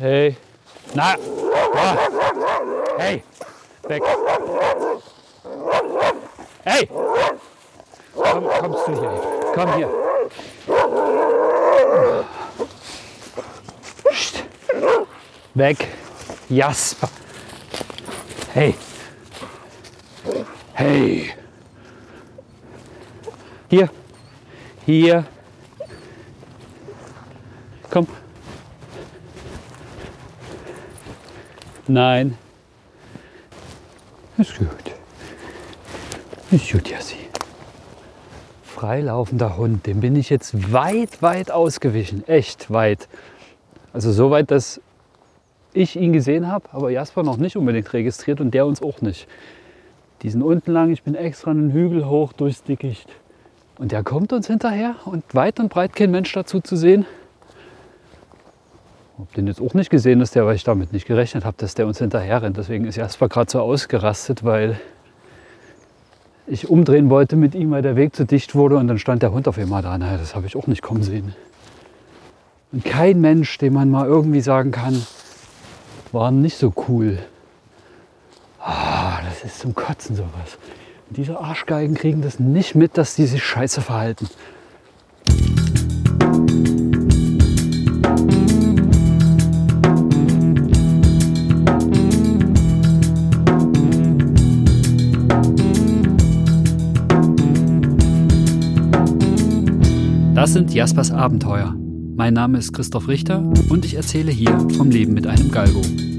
Hey. Na. Ah. Hey. Weg. Hey. Kommst du hier? Komm hier. Psst. Weg. Jasper. Hey. Hey. Hier. Hier. Komm. Nein. Ist gut. Ist gut, Jassi. Freilaufender Hund, dem bin ich jetzt weit ausgewichen. Echt weit. Also so weit, dass ich ihn gesehen habe, aber Jasper noch nicht unbedingt registriert und der uns auch nicht. Die sind unten lang, ich bin extra einen Hügel hoch durchs Dickicht. Und der kommt uns hinterher und weit und breit kein Mensch dazu zu sehen. Ich habe den jetzt auch nicht gesehen, weil ich damit nicht gerechnet habe, dass der uns hinterher rennt. Deswegen ist Jasper gerade so ausgerastet, weil ich umdrehen wollte mit ihm, weil der Weg zu dicht wurde und dann stand der Hund auf einmal da. Naja, das habe ich auch nicht kommen sehen. Und kein Mensch, dem man mal irgendwie sagen kann, war nicht so cool. Das ist zum Kotzen sowas. Und diese Arschgeigen kriegen das nicht mit, dass die sich scheiße verhalten. Das sind Jaspers Abenteuer. Mein Name ist Christoph Richter und ich erzähle hier vom Leben mit einem Galgo.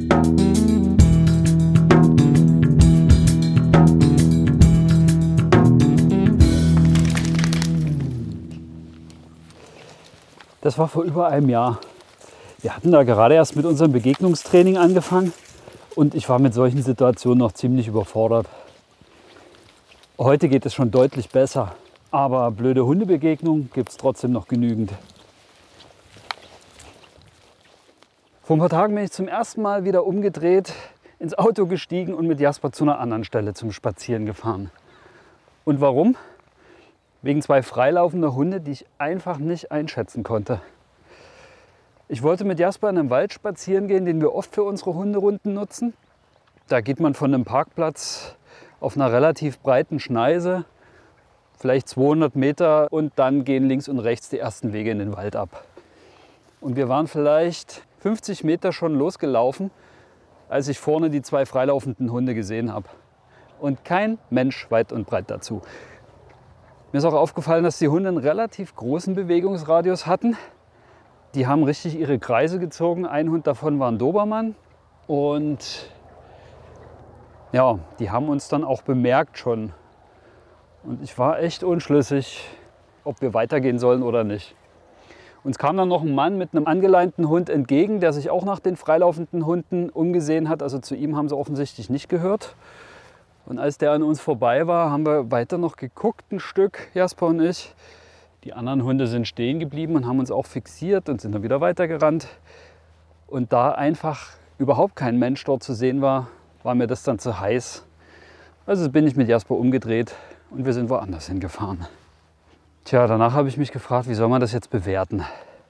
Das war vor über einem Jahr. Wir hatten da gerade erst mit unserem Begegnungstraining angefangen und ich war mit solchen Situationen noch ziemlich überfordert. Heute geht es schon deutlich besser, aber blöde Hundebegegnungen gibt es trotzdem noch genügend. Vor ein paar Tagen bin ich zum ersten Mal wieder umgedreht, ins Auto gestiegen und mit Jasper zu einer anderen Stelle zum Spazieren gefahren. Und warum? Wegen zwei freilaufender Hunde, die ich einfach nicht einschätzen konnte. Ich wollte mit Jasper in einem Wald spazieren gehen, den wir oft für unsere Hunderunden nutzen. Da geht man von einem Parkplatz auf einer relativ breiten Schneise, vielleicht 200 Meter, und dann gehen links und rechts die ersten Wege in den Wald ab. Und wir waren vielleicht 50 Meter schon losgelaufen, als ich vorne die zwei freilaufenden Hunde gesehen habe. Und kein Mensch weit und breit dazu. Mir ist auch aufgefallen, dass die Hunde einen relativ großen Bewegungsradius hatten. Die haben richtig ihre Kreise gezogen. Ein Hund davon war ein Dobermann. Und ja, die haben uns dann auch bemerkt schon. Und ich war echt unschlüssig, ob wir weitergehen sollen oder nicht. Uns kam dann noch ein Mann mit einem angeleinten Hund entgegen, der sich auch nach den freilaufenden Hunden umgesehen hat. Also zu ihm haben sie offensichtlich nicht gehört. Und als der an uns vorbei war, haben wir weiter noch geguckt, ein Stück, Jasper und ich. Die anderen Hunde sind stehen geblieben und haben uns auch fixiert und sind dann wieder weitergerannt. Und da einfach überhaupt kein Mensch dort zu sehen war, war mir das dann zu heiß. Also bin ich mit Jasper umgedreht und wir sind woanders hingefahren. Tja, danach habe ich mich gefragt, wie soll man das jetzt bewerten?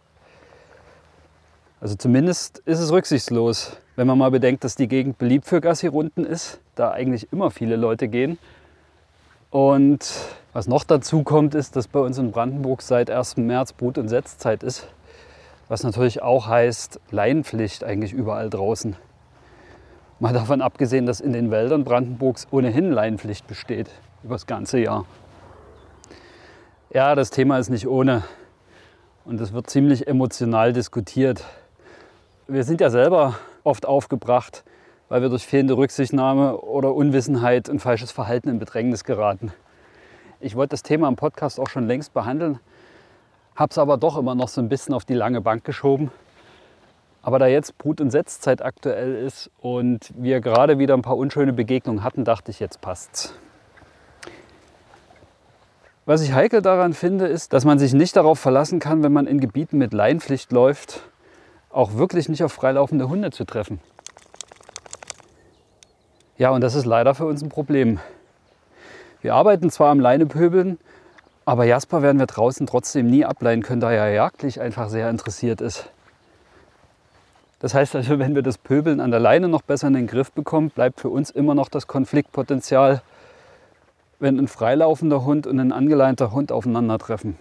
Also zumindest ist es rücksichtslos, wenn man mal bedenkt, dass die Gegend beliebt für Gassi-Runden ist, da eigentlich immer viele Leute gehen. Und was noch dazu kommt, ist, dass bei uns in Brandenburg seit 1. März Brut- und Setzzeit ist. Was natürlich auch heißt, Leinenpflicht eigentlich überall draußen. Mal davon abgesehen, dass in den Wäldern Brandenburgs ohnehin Leinenpflicht besteht, über das ganze Jahr. Ja, das Thema ist nicht ohne und es wird ziemlich emotional diskutiert. Wir sind ja selber oft aufgebracht, weil wir durch fehlende Rücksichtnahme oder Unwissenheit und falsches Verhalten in Bedrängnis geraten. Ich wollte das Thema im Podcast auch schon längst behandeln, habe es aber doch immer noch so ein bisschen auf die lange Bank geschoben. Aber da jetzt Brut- und Setzzeit aktuell ist und wir gerade wieder ein paar unschöne Begegnungen hatten, dachte ich, jetzt passt's. Was ich heikel daran finde, ist, dass man sich nicht darauf verlassen kann, wenn man in Gebieten mit Leinenpflicht läuft, auch wirklich nicht auf freilaufende Hunde zu treffen. Ja, und das ist leider für uns ein Problem. Wir arbeiten zwar am Leinepöbeln, aber Jasper werden wir draußen trotzdem nie ableihen können, da er jagdlich einfach sehr interessiert ist. Das heißt also, wenn wir das Pöbeln an der Leine noch besser in den Griff bekommen, bleibt für uns immer noch das Konfliktpotenzial, wenn ein freilaufender Hund und ein angeleinter Hund aufeinandertreffen.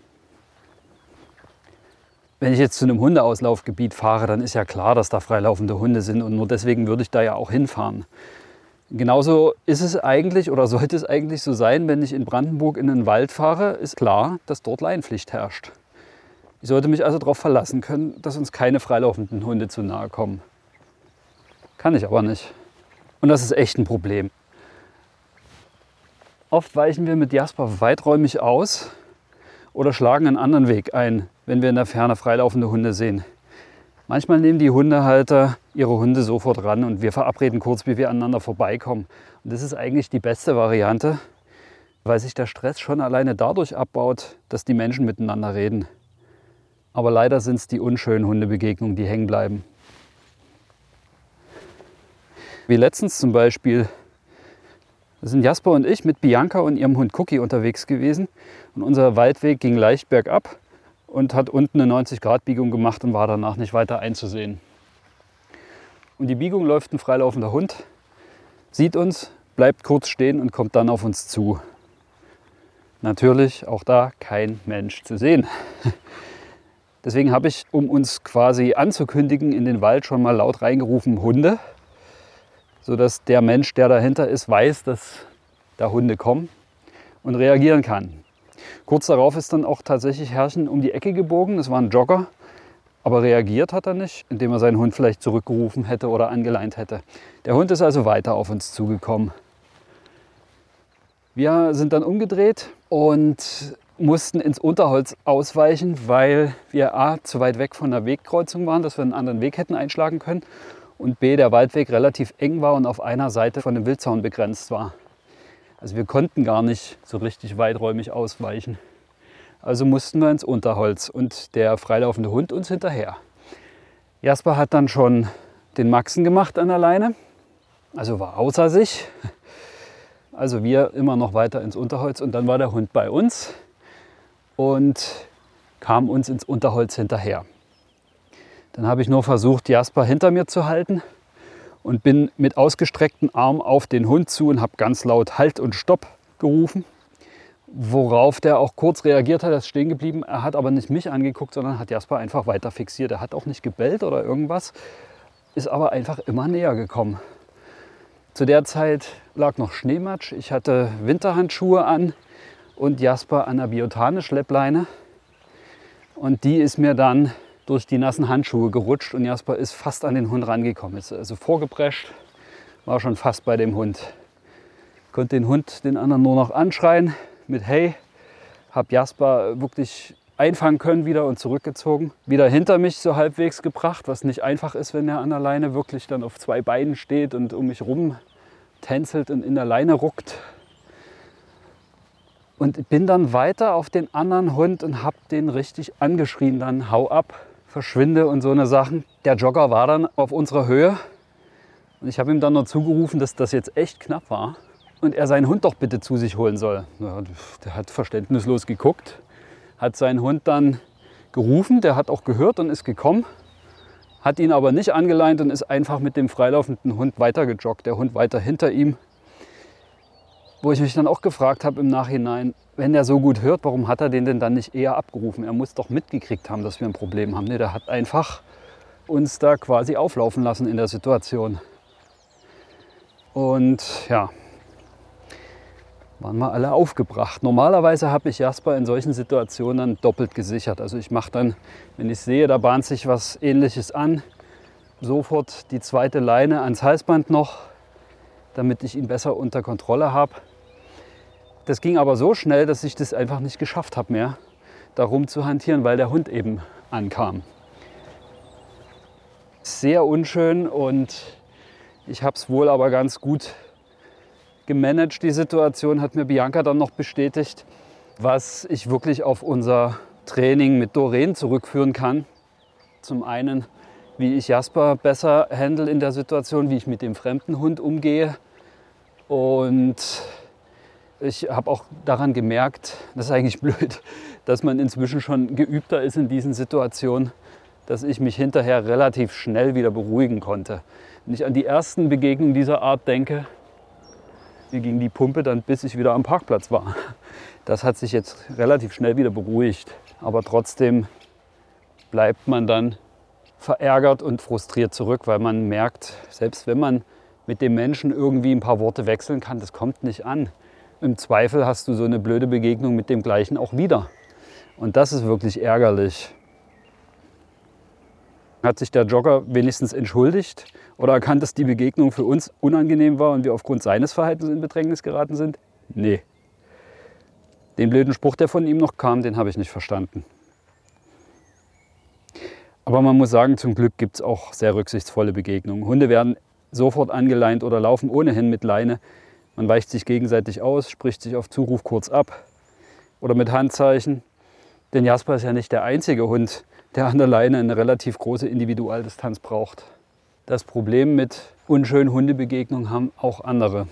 Wenn ich jetzt zu einem Hundeauslaufgebiet fahre, dann ist ja klar, dass da freilaufende Hunde sind und nur deswegen würde ich da ja auch hinfahren. Genauso ist es eigentlich oder sollte es eigentlich so sein, wenn ich in Brandenburg in den Wald fahre, ist klar, dass dort Leinenpflicht herrscht. Ich sollte mich also darauf verlassen können, dass uns keine freilaufenden Hunde zu nahe kommen. Kann ich aber nicht. Und das ist echt ein Problem. Oft weichen wir mit Jasper weiträumig aus oder schlagen einen anderen Weg ein, wenn wir in der Ferne freilaufende Hunde sehen. Manchmal nehmen die Hundehalter ihre Hunde sofort ran und wir verabreden kurz, wie wir aneinander vorbeikommen. Und das ist eigentlich die beste Variante, weil sich der Stress schon alleine dadurch abbaut, dass die Menschen miteinander reden. Aber leider sind es die unschönen Hundebegegnungen, die hängen bleiben. Wie letztens zum Beispiel. Da sind Jasper und ich mit Bianca und ihrem Hund Cookie unterwegs gewesen. Und unser Waldweg ging leicht bergab und hat unten eine 90-Grad-Biegung gemacht und war danach nicht weiter einzusehen. Und die Biegung läuft ein freilaufender Hund, sieht uns, bleibt kurz stehen und kommt dann auf uns zu. Natürlich auch da kein Mensch zu sehen. Deswegen habe ich, um uns quasi anzukündigen, in den Wald schon mal laut reingerufen, Hunde, sodass der Mensch, der dahinter ist, weiß, dass da Hunde kommen und reagieren kann. Kurz darauf ist dann auch tatsächlich Herrchen um die Ecke gebogen. Das war ein Jogger, aber reagiert hat er nicht, indem er seinen Hund vielleicht zurückgerufen hätte oder angeleint hätte. Der Hund ist also weiter auf uns zugekommen. Wir sind dann umgedreht und mussten ins Unterholz ausweichen, weil wir a. zu weit weg von der Wegkreuzung waren, dass wir einen anderen Weg hätten einschlagen können, und b. der Waldweg relativ eng war und auf einer Seite von einem Wildzaun begrenzt war. Also wir konnten gar nicht so richtig weiträumig ausweichen. Also mussten wir ins Unterholz und der freilaufende Hund uns hinterher. Jasper hat dann schon den Maxen gemacht an der Leine, also war außer sich. Also wir immer noch weiter ins Unterholz und dann war der Hund bei uns und kam uns ins Unterholz hinterher. Dann habe ich nur versucht, Jasper hinter mir zu halten und bin mit ausgestreckten Armen auf den Hund zu und habe ganz laut Halt und Stopp gerufen. Worauf der auch kurz reagiert hat, er ist stehen geblieben. Er hat aber nicht mich angeguckt, sondern hat Jasper einfach weiter fixiert. Er hat auch nicht gebellt oder irgendwas, ist aber einfach immer näher gekommen. Zu der Zeit lag noch Schneematsch. Ich hatte Winterhandschuhe an und Jasper an der Biotane-Schleppleine. Und die ist mir dann durch die nassen Handschuhe gerutscht und Jasper ist fast an den Hund rangekommen. Ist also vorgeprescht, war schon fast bei dem Hund. Konnte den Hund, den anderen nur noch anschreien mit Hey. Habe Jasper wirklich einfangen können wieder und zurückgezogen. Wieder hinter mich so halbwegs gebracht, was nicht einfach ist, wenn er an der Leine wirklich dann auf zwei Beinen steht und um mich rum tänzelt und in der Leine ruckt. Und bin dann weiter auf den anderen Hund und habe den richtig angeschrien, dann hau ab, verschwinde und so eine Sachen. Der Jogger war dann auf unserer Höhe und ich habe ihm dann noch zugerufen, dass das jetzt echt knapp war und er seinen Hund doch bitte zu sich holen soll. Ja, der hat verständnislos geguckt, hat seinen Hund dann gerufen, der hat auch gehört und ist gekommen, hat ihn aber nicht angeleint und ist einfach mit dem freilaufenden Hund weitergejoggt, der Hund weiter hinter ihm. Wo ich mich dann auch gefragt habe im Nachhinein, wenn er so gut hört, warum hat er den denn dann nicht eher abgerufen? Er muss doch mitgekriegt haben, dass wir ein Problem haben. Nee, der hat einfach uns da quasi auflaufen lassen in der Situation. Und ja, waren wir alle aufgebracht. Normalerweise habe ich Jasper in solchen Situationen dann doppelt gesichert. Also ich mache dann, wenn ich sehe, da bahnt sich was Ähnliches an, sofort die zweite Leine ans Halsband noch, damit ich ihn besser unter Kontrolle habe. Das ging aber so schnell, dass ich das einfach nicht geschafft habe mehr, da rumzuhantieren, weil der Hund eben ankam. Sehr unschön und ich habe es wohl aber ganz gut gemanagt. Die Situation hat mir Bianca dann noch bestätigt, was ich wirklich auf unser Training mit Doreen zurückführen kann. Zum einen, wie ich Jasper besser handle in der Situation, wie ich mit dem fremden Hund umgehe. Und ich habe auch daran gemerkt, das ist eigentlich blöd, dass man inzwischen schon geübter ist in diesen Situationen, dass ich mich hinterher relativ schnell wieder beruhigen konnte. Wenn ich an die ersten Begegnungen dieser Art denke, mir ging die Pumpe dann, bis ich wieder am Parkplatz war. Das hat sich jetzt relativ schnell wieder beruhigt. Aber trotzdem bleibt man dann verärgert und frustriert zurück, weil man merkt, selbst wenn man mit dem Menschen irgendwie ein paar Worte wechseln kann, das kommt nicht an. Im Zweifel hast du so eine blöde Begegnung mit dem Gleichen auch wieder. Und das ist wirklich ärgerlich. Hat sich der Jogger wenigstens entschuldigt oder erkannt, dass die Begegnung für uns unangenehm war und wir aufgrund seines Verhaltens in Bedrängnis geraten sind? Nee. Den blöden Spruch, der von ihm noch kam, den habe ich nicht verstanden. Aber man muss sagen, zum Glück gibt es auch sehr rücksichtsvolle Begegnungen. Hunde werden sofort angeleint oder laufen ohnehin mit Leine. Man weicht sich gegenseitig aus, spricht sich auf Zuruf kurz ab oder mit Handzeichen. Denn Jasper ist ja nicht der einzige Hund, der an der Leine eine relativ große Individualdistanz braucht. Das Problem mit unschönen Hundebegegnungen haben auch andere.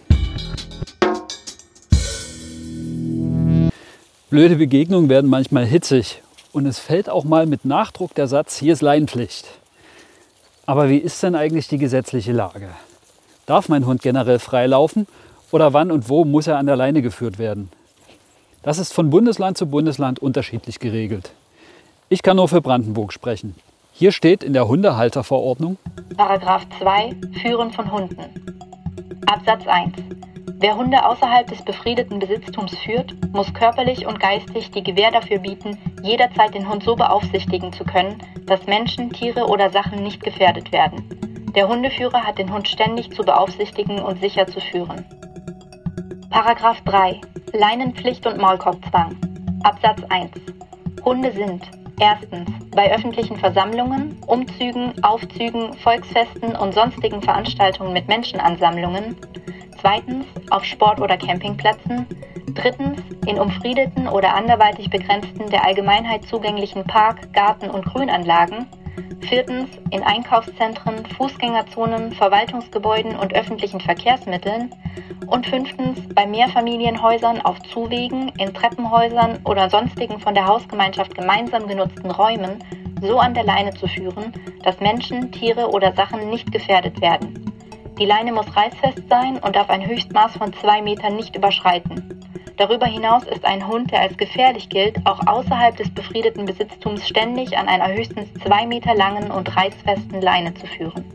Blöde Begegnungen werden manchmal hitzig und es fällt auch mal mit Nachdruck der Satz, hier ist Leinenpflicht. Aber wie ist denn eigentlich die gesetzliche Lage? Darf mein Hund generell frei laufen oder wann und wo muss er an der Leine geführt werden? Das ist von Bundesland zu Bundesland unterschiedlich geregelt. Ich kann nur für Brandenburg sprechen. Hier steht in der Hundehalterverordnung: Paragraph 2 Führen von Hunden. Absatz 1. Wer Hunde außerhalb des befriedeten Besitztums führt, muss körperlich und geistig die Gewähr dafür bieten, jederzeit den Hund so beaufsichtigen zu können, dass Menschen, Tiere oder Sachen nicht gefährdet werden. Der Hundeführer hat den Hund ständig zu beaufsichtigen und sicher zu führen. Paragraph 3. Leinenpflicht und Maulkorbzwang. Absatz 1. Hunde sind: Erstens, bei öffentlichen Versammlungen, Umzügen, Aufzügen, Volksfesten und sonstigen Veranstaltungen mit Menschenansammlungen. Zweitens, auf Sport- oder Campingplätzen. Drittens, in umfriedeten oder anderweitig begrenzten, der Allgemeinheit zugänglichen Park-, Garten- und Grünanlagen. Viertens, in Einkaufszentren, Fußgängerzonen, Verwaltungsgebäuden und öffentlichen Verkehrsmitteln. Und fünftens, bei Mehrfamilienhäusern auf Zuwegen, in Treppenhäusern oder sonstigen von der Hausgemeinschaft gemeinsam genutzten Räumen so an der Leine zu führen, dass Menschen, Tiere oder Sachen nicht gefährdet werden. Die Leine muss reißfest sein und darf ein Höchstmaß von 2 Metern nicht überschreiten. Darüber hinaus ist ein Hund, der als gefährlich gilt, auch außerhalb des befriedeten Besitztums ständig an einer höchstens 2 Meter langen und reißfesten Leine zu führen.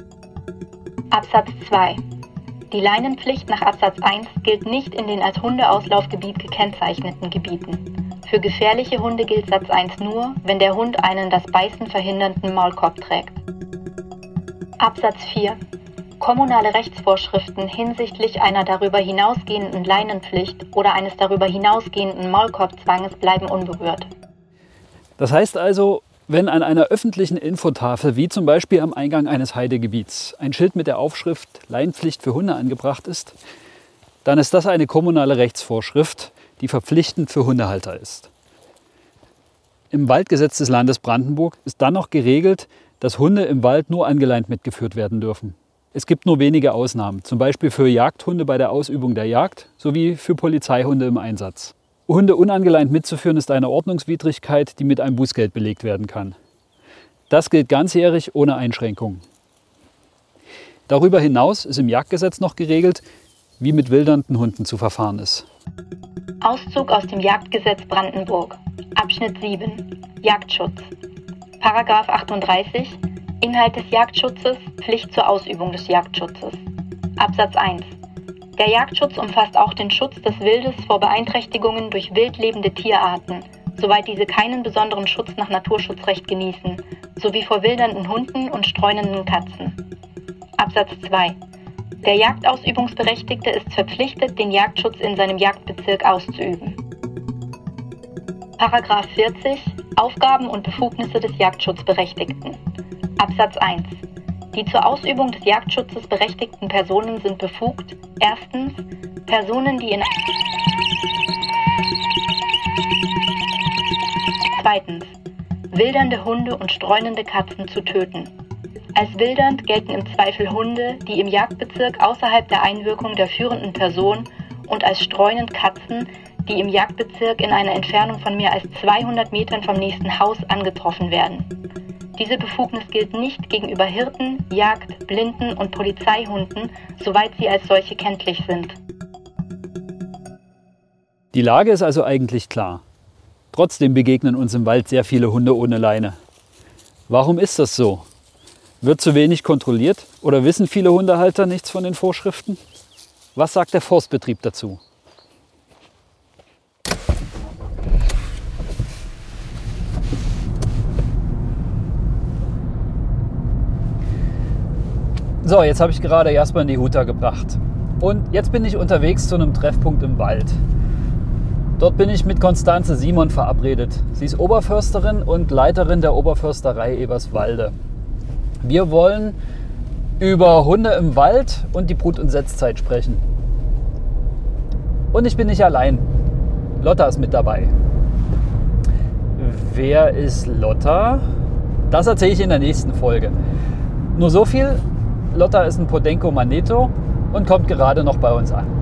Absatz 2. Die Leinenpflicht nach Absatz 1 gilt nicht in den als Hundeauslaufgebiet gekennzeichneten Gebieten. Für gefährliche Hunde gilt Satz 1 nur, wenn der Hund einen das Beißen verhindernden Maulkorb trägt. Absatz 4. Kommunale Rechtsvorschriften hinsichtlich einer darüber hinausgehenden Leinenpflicht oder eines darüber hinausgehenden Maulkorbzwanges bleiben unberührt. Das heißt also, wenn an einer öffentlichen Infotafel, wie zum Beispiel am Eingang eines Heidegebiets, ein Schild mit der Aufschrift Leinenpflicht für Hunde angebracht ist, dann ist das eine kommunale Rechtsvorschrift, die verpflichtend für Hundehalter ist. Im Waldgesetz des Landes Brandenburg ist dann noch geregelt, dass Hunde im Wald nur angeleint mitgeführt werden dürfen. Es gibt nur wenige Ausnahmen, zum Beispiel für Jagdhunde bei der Ausübung der Jagd sowie für Polizeihunde im Einsatz. Hunde unangeleint mitzuführen ist eine Ordnungswidrigkeit, die mit einem Bußgeld belegt werden kann. Das gilt ganzjährig ohne Einschränkungen. Darüber hinaus ist im Jagdgesetz noch geregelt, wie mit wildernden Hunden zu verfahren ist. Auszug aus dem Jagdgesetz Brandenburg. Abschnitt 7. Jagdschutz. Paragraph 38. Inhalt des Jagdschutzes, Pflicht zur Ausübung des Jagdschutzes. Absatz 1. Der Jagdschutz umfasst auch den Schutz des Wildes vor Beeinträchtigungen durch wild lebende Tierarten, soweit diese keinen besonderen Schutz nach Naturschutzrecht genießen, sowie vor wildernden Hunden und streunenden Katzen. Absatz 2. Der Jagdausübungsberechtigte ist verpflichtet, den Jagdschutz in seinem Jagdbezirk auszuüben. Paragraph 40. Aufgaben und Befugnisse des Jagdschutzberechtigten. Absatz 1. Die zur Ausübung des Jagdschutzes berechtigten Personen sind befugt: Erstens, Personen, die in Zweitens, wildernde Hunde und streunende Katzen zu töten. Als wildernd gelten im Zweifel Hunde, die im Jagdbezirk außerhalb der Einwirkung der führenden Person, und als streunend Katzen, die im Jagdbezirk in einer Entfernung von mehr als 200 Metern vom nächsten Haus angetroffen werden. Diese Befugnis gilt nicht gegenüber Hirten, Jagd-, Blinden- und Polizeihunden, soweit sie als solche kenntlich sind. Die Lage ist also eigentlich klar. Trotzdem begegnen uns im Wald sehr viele Hunde ohne Leine. Warum ist das so? Wird zu wenig kontrolliert oder wissen viele Hundehalter nichts von den Vorschriften? Was sagt der Forstbetrieb dazu? So, jetzt habe ich gerade Jasper in die Huta gebracht. Und jetzt bin ich unterwegs zu einem Treffpunkt im Wald. Dort bin ich mit Konstanze Simon verabredet. Sie ist Oberförsterin und Leiterin der Oberförsterei Eberswalde. Wir wollen über Hunde im Wald und die Brut- und Setzzeit sprechen. Und ich bin nicht allein. Lotta ist mit dabei. Wer ist Lotta? Das erzähle ich in der nächsten Folge. Nur so viel, Lotta ist ein Podenco Manetto und kommt gerade noch bei uns an.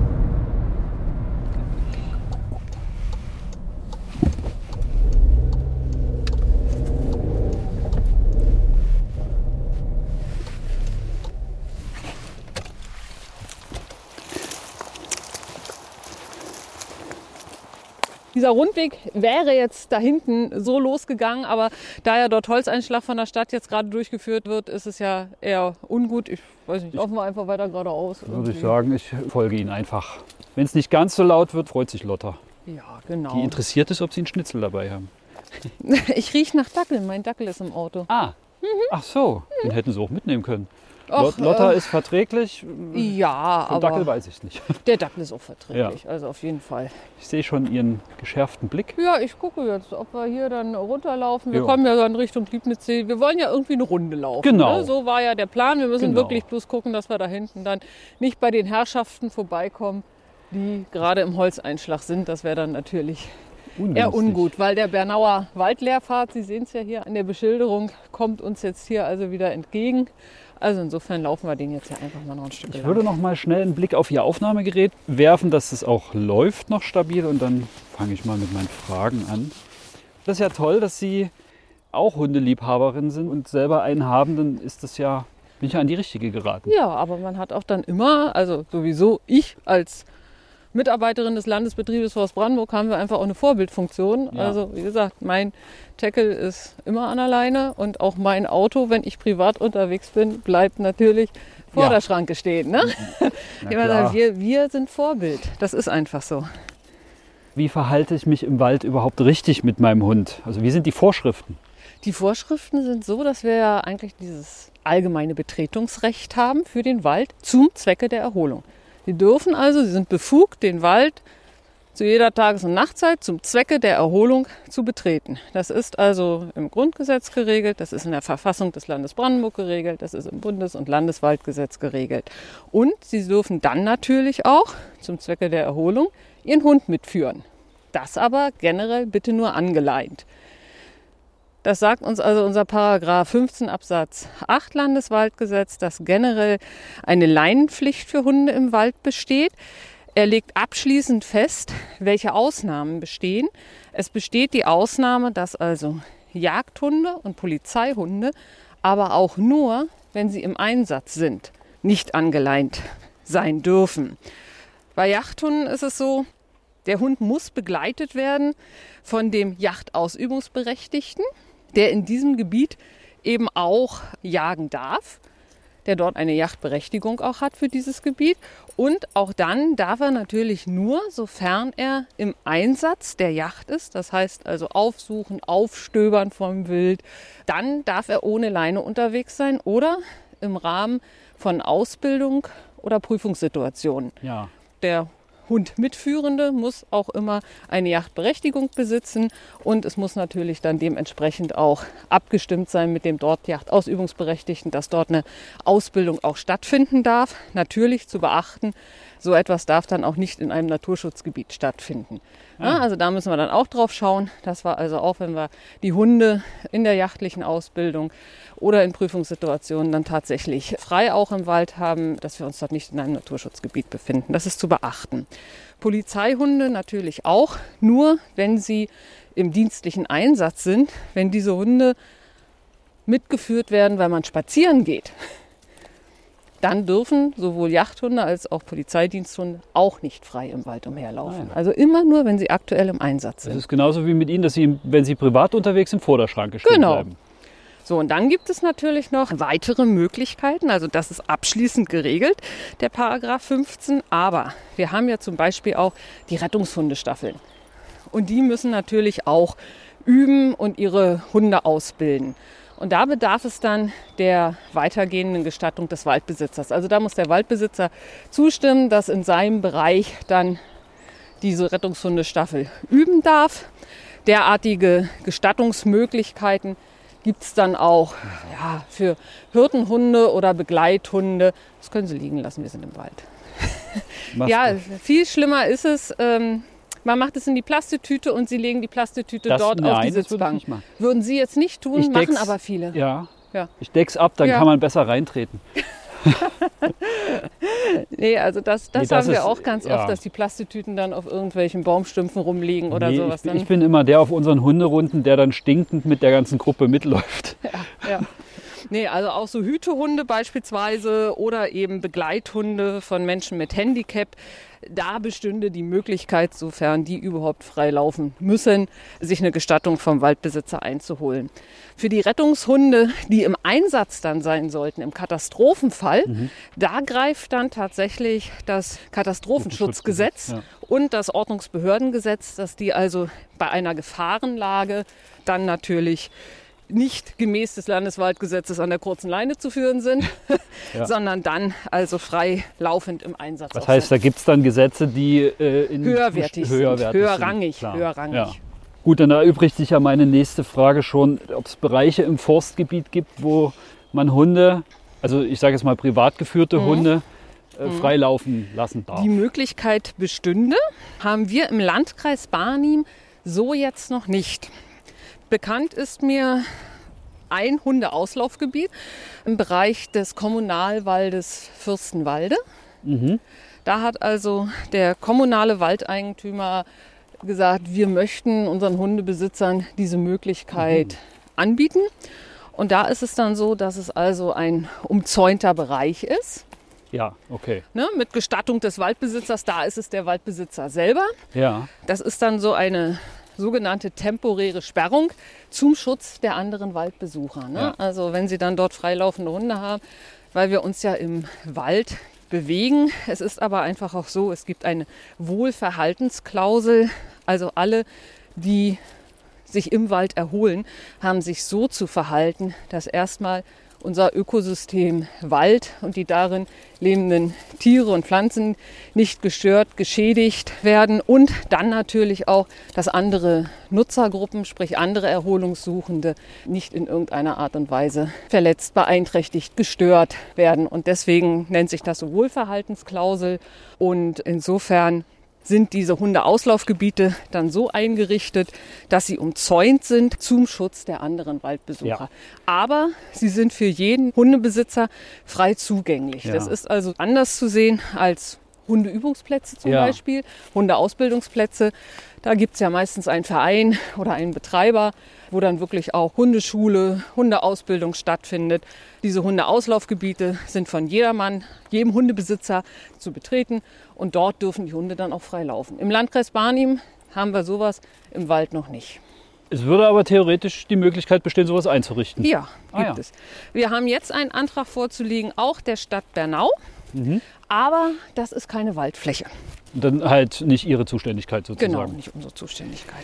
Dieser Rundweg wäre jetzt da hinten so losgegangen, aber da ja dort Holzeinschlag von der Stadt jetzt gerade durchgeführt wird, ist es ja eher ungut. Ich weiß nicht, laufen wir einfach weiter geradeaus. Würde ich sagen, ich folge Ihnen einfach. Wenn es nicht ganz so laut wird, freut sich Lotta. Ja, genau. Die interessiert ist, ob Sie einen Schnitzel dabei haben. Ich rieche nach Dackel. Mein Dackel ist im Auto. Ah, ach so, den hätten Sie auch mitnehmen können. Och, Lotta ist verträglich. Ja, Für aber Dackel weiß ich nicht. der Dackel ist auch verträglich, also auf jeden Fall. Ich sehe schon Ihren geschärften Blick. Ja, ich gucke jetzt, ob wir hier dann runterlaufen. Wir Ja. kommen ja dann Richtung Liebnitzsee. Wir wollen ja irgendwie eine Runde laufen. Genau. Ne? So war ja der Plan. Wir müssen Genau. wirklich bloß gucken, dass wir da hinten dann nicht bei den Herrschaften vorbeikommen, die gerade im Holzeinschlag sind. Das wäre dann natürlich eher ungut, weil der Bernauer Waldlehrpfad, Sie sehen es ja hier an der Beschilderung, kommt uns jetzt hier also wieder entgegen. Also insofern laufen wir den jetzt ja einfach mal noch ein Stück Ich lang. würde noch mal schnell einen Blick auf Ihr Aufnahmegerät werfen, dass es auch läuft noch stabil. Und dann fange ich mal mit meinen Fragen an. Das ist ja toll, dass Sie auch Hundeliebhaberin sind und selber einen haben. Dann ist das ja, bin ich ja an die richtige geraten. Ja, aber man hat auch dann immer, also sowieso ich als Mitarbeiterin des Landesbetriebes Forst Brandenburg haben wir einfach auch eine Vorbildfunktion. Ja. Also wie gesagt, mein Tackle ist immer an der Leine und auch mein Auto, wenn ich privat unterwegs bin, bleibt natürlich vor Ja. der Schranke stehen. Ne? Na Ich meine, klar. wir sind Vorbild. Das ist einfach so. Wie verhalte ich mich im Wald überhaupt richtig mit meinem Hund? Also wie sind die Vorschriften? Die Vorschriften sind so, dass wir ja eigentlich dieses allgemeine Betretungsrecht haben für den Wald zum Zwecke der Erholung. Sie dürfen also, sie sind befugt, den Wald zu jeder Tages- und Nachtzeit zum Zwecke der Erholung zu betreten. Das ist also im Grundgesetz geregelt, das ist in der Verfassung des Landes Brandenburg geregelt, das ist im Bundes- und Landeswaldgesetz geregelt. Und sie dürfen dann natürlich auch zum Zwecke der Erholung ihren Hund mitführen. Das aber generell bitte nur angeleint. Das sagt uns also unser Paragraph 15 Absatz 8 Landeswaldgesetz, dass generell eine Leinenpflicht für Hunde im Wald besteht. Er legt abschließend fest, welche Ausnahmen bestehen. Es besteht die Ausnahme, dass also Jagdhunde und Polizeihunde, aber auch nur, wenn sie im Einsatz sind, nicht angeleint sein dürfen. Bei Jagdhunden ist es so, der Hund muss begleitet werden von dem Jagdausübungsberechtigten, der in diesem Gebiet eben auch jagen darf, der dort eine Jagdberechtigung auch hat für dieses Gebiet. Und auch dann darf er natürlich nur, sofern er im Einsatz der Jagd ist, das heißt also aufsuchen, aufstöbern vom Wild, dann darf er ohne Leine unterwegs sein oder im Rahmen von Ausbildung oder Prüfungssituationen. Ja. Der Hundmitführende muss auch immer eine Jagdberechtigung besitzen und es muss natürlich dann dementsprechend auch abgestimmt sein mit dem dort Jagdausübungsberechtigten, dass dort eine Ausbildung auch stattfinden darf. Natürlich zu beachten, so etwas darf dann auch nicht in einem Naturschutzgebiet stattfinden. Ja, also da müssen wir dann auch drauf schauen, dass wir also auch, wenn wir die Hunde in der jagdlichen Ausbildung oder in Prüfungssituationen dann tatsächlich frei auch im Wald haben, dass wir uns dort nicht in einem Naturschutzgebiet befinden. Das ist zu beachten. Polizeihunde natürlich auch, nur wenn sie im dienstlichen Einsatz sind, wenn diese Hunde mitgeführt werden, weil man spazieren geht, dann dürfen sowohl Jagdhunde als auch Polizeidiensthunde auch nicht frei im Wald umherlaufen. Nein. Also immer nur, wenn sie aktuell im Einsatz sind. Das ist genauso wie mit Ihnen, dass Sie, wenn Sie privat unterwegs sind, vor der Schranke stehen bleiben. So, und dann gibt es natürlich noch weitere Möglichkeiten. Also das ist abschließend geregelt, der Paragraph 15. Aber wir haben ja zum Beispiel auch die Rettungshundestaffeln. Und die müssen natürlich auch üben und ihre Hunde ausbilden. Und da bedarf es dann der weitergehenden Gestattung des Waldbesitzers. Also da muss der Waldbesitzer zustimmen, dass in seinem Bereich dann diese Rettungshundestaffel üben darf. Derartige Gestattungsmöglichkeiten gibt es dann auch für Hirtenhunde oder Begleithunde. Das können Sie liegen lassen, wir sind im Wald. Ja, viel schlimmer ist es, man macht es in die Plastetüte und Sie legen die Plastetüte dort auf die Sitzbank. Würden Sie jetzt nicht tun, machen aber viele. Ja. Ich deck's ab, dann kann man besser reintreten. Nee, also das haben wir auch ganz oft, dass die Plastetüten dann auf irgendwelchen Baumstümpfen rumliegen oder sowas. Ich bin immer der auf unseren Hunderunden, der dann stinkend mit der ganzen Gruppe mitläuft. Ja. Nee, also auch so Hütehunde beispielsweise oder eben Begleithunde von Menschen mit Handicap. Da bestünde die Möglichkeit, sofern die überhaupt frei laufen müssen, sich eine Gestattung vom Waldbesitzer einzuholen. Für die Rettungshunde, die im Einsatz dann sein sollten, im Katastrophenfall, da greift dann tatsächlich das Katastrophenschutzgesetz und das Ordnungsbehördengesetz, dass die also bei einer Gefahrenlage dann natürlich nicht gemäß des Landeswaldgesetzes an der kurzen Leine zu führen sind, sondern dann also frei laufend im Einsatz. Das heißt, da gibt es dann Gesetze, die höherrangig. Ja. Gut, dann erübrigt sich ja meine nächste Frage schon, ob es Bereiche im Forstgebiet gibt, wo man Hunde, also ich sage jetzt mal privat geführte Hunde, frei laufen lassen darf. Die Möglichkeit bestünde, haben wir im Landkreis Barnim so jetzt noch nicht. Bekannt ist mir ein Hundeauslaufgebiet im Bereich des Kommunalwaldes Fürstenwalde. Da hat also der kommunale Waldeigentümer gesagt, wir möchten unseren Hundebesitzern diese Möglichkeit anbieten. Und da ist es dann so, dass es also ein umzäunter Bereich ist. Ja, okay. Ne, mit Gestattung des Waldbesitzers, da ist es der Waldbesitzer selber. Ja. Das ist dann so eine sogenannte temporäre Sperrung zum Schutz der anderen Waldbesucher. Ne? Ja. Also wenn Sie dann dort freilaufende Hunde haben, weil wir uns ja im Wald bewegen. Es ist aber einfach auch so, es gibt eine Wohlverhaltensklausel. Also alle, die sich im Wald erholen, haben sich so zu verhalten, dass erstmal unser Ökosystem Wald und die darin lebenden Tiere und Pflanzen nicht gestört, geschädigt werden und dann natürlich auch, dass andere Nutzergruppen, sprich andere Erholungssuchende, nicht in irgendeiner Art und Weise verletzt, beeinträchtigt, gestört werden. Und deswegen nennt sich das so Wohlverhaltensklausel und insofern sind diese Hundeauslaufgebiete dann so eingerichtet, dass sie umzäunt sind zum Schutz der anderen Waldbesucher. Ja. Aber sie sind für jeden Hundebesitzer frei zugänglich. Ja. Das ist also anders zu sehen als Hundeübungsplätze zum Beispiel, Hundeausbildungsplätze. Da gibt es ja meistens einen Verein oder einen Betreiber, wo dann wirklich auch Hundeschule, Hundeausbildung stattfindet. Diese Hundeauslaufgebiete sind von jedermann, jedem Hundebesitzer zu betreten und dort dürfen die Hunde dann auch frei laufen. Im Landkreis Barnim haben wir sowas im Wald noch nicht. Es würde aber theoretisch die Möglichkeit bestehen, sowas einzurichten. Ja, gibt es. Wir haben jetzt einen Antrag vorzulegen, auch der Stadt Bernau, aber das ist keine Waldfläche. Und dann halt nicht Ihre Zuständigkeit sozusagen. Genau, nicht unsere Zuständigkeit.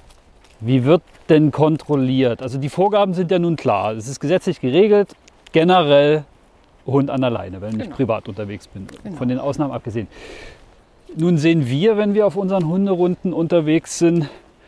Wie wird denn kontrolliert? Also die Vorgaben sind ja nun klar. Es ist gesetzlich geregelt, generell Hund an der Leine, wenn ich privat unterwegs bin. Genau. Von den Ausnahmen abgesehen. Nun sehen wir, wenn wir auf unseren Hunderunden unterwegs sind,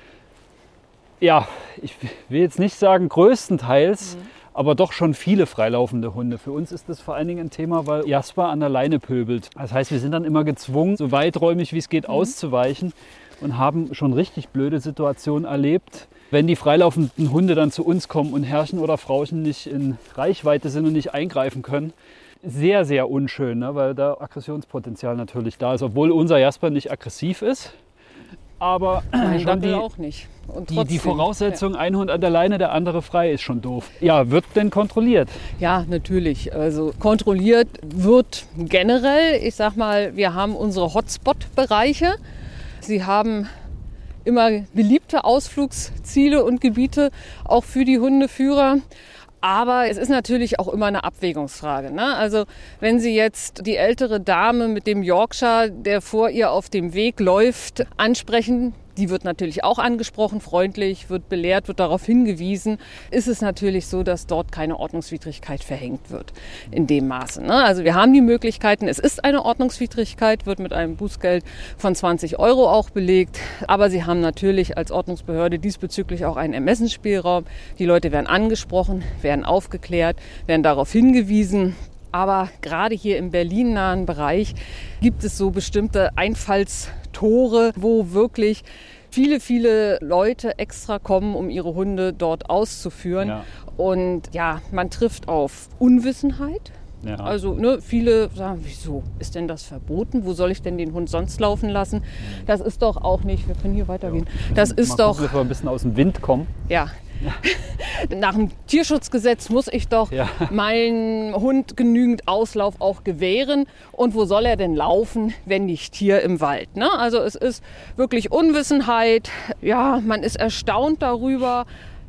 ja, ich will jetzt nicht sagen größtenteils, aber doch schon viele freilaufende Hunde. Für uns ist das vor allen Dingen ein Thema, weil Jasper an der Leine pöbelt. Das heißt, wir sind dann immer gezwungen, so weiträumig wie es geht, auszuweichen und haben schon richtig blöde Situationen erlebt, wenn die freilaufenden Hunde dann zu uns kommen und Herrchen oder Frauchen nicht in Reichweite sind und nicht eingreifen können. Sehr, sehr unschön, ne? Weil da Aggressionspotenzial natürlich da ist. Obwohl unser Jasper nicht aggressiv ist, aber Mein schon Dackel auch nicht. Und die trotzdem, Voraussetzung, ein Hund an der Leine, der andere frei, ist schon doof. Ja, wird denn kontrolliert? Ja, natürlich. Also kontrolliert wird generell. Ich sag mal, wir haben unsere Hotspot-Bereiche. Sie haben immer beliebte Ausflugsziele und Gebiete, auch für die Hundeführer. Aber es ist natürlich auch immer eine Abwägungsfrage, ne? Also wenn Sie jetzt die ältere Dame mit dem Yorkshire, der vor ihr auf dem Weg läuft, ansprechen, die wird natürlich auch angesprochen, freundlich, wird belehrt, wird darauf hingewiesen, ist es natürlich so, dass dort keine Ordnungswidrigkeit verhängt wird in dem Maße, ne? Also wir haben die Möglichkeiten, es ist eine Ordnungswidrigkeit, wird mit einem Bußgeld von 20 € auch belegt, aber Sie haben natürlich als Ordnungsbehörde diesbezüglich auch einen Ermessensspielraum. Die Leute werden angesprochen, werden aufgeklärt, werden darauf hingewiesen. Aber gerade hier im Berlin-nahen Bereich gibt es so bestimmte Einfallstore, wo wirklich viele Leute extra kommen, um ihre Hunde dort auszuführen. Ja. Und ja, man trifft auf Unwissenheit. Ja. Also viele sagen, wieso ist denn das verboten? Wo soll ich denn den Hund sonst laufen lassen? Das ist doch auch nicht, wir können hier weitergehen. Ja, das ist doch... Gucken, dass wir ein bisschen aus dem Wind kommen. Ja. Nach dem Tierschutzgesetz muss ich doch meinem Hund genügend Auslauf auch gewähren. Und wo soll er denn laufen, wenn nicht hier im Wald? Ne? Also es ist wirklich Unwissenheit. Ja, man ist erstaunt darüber.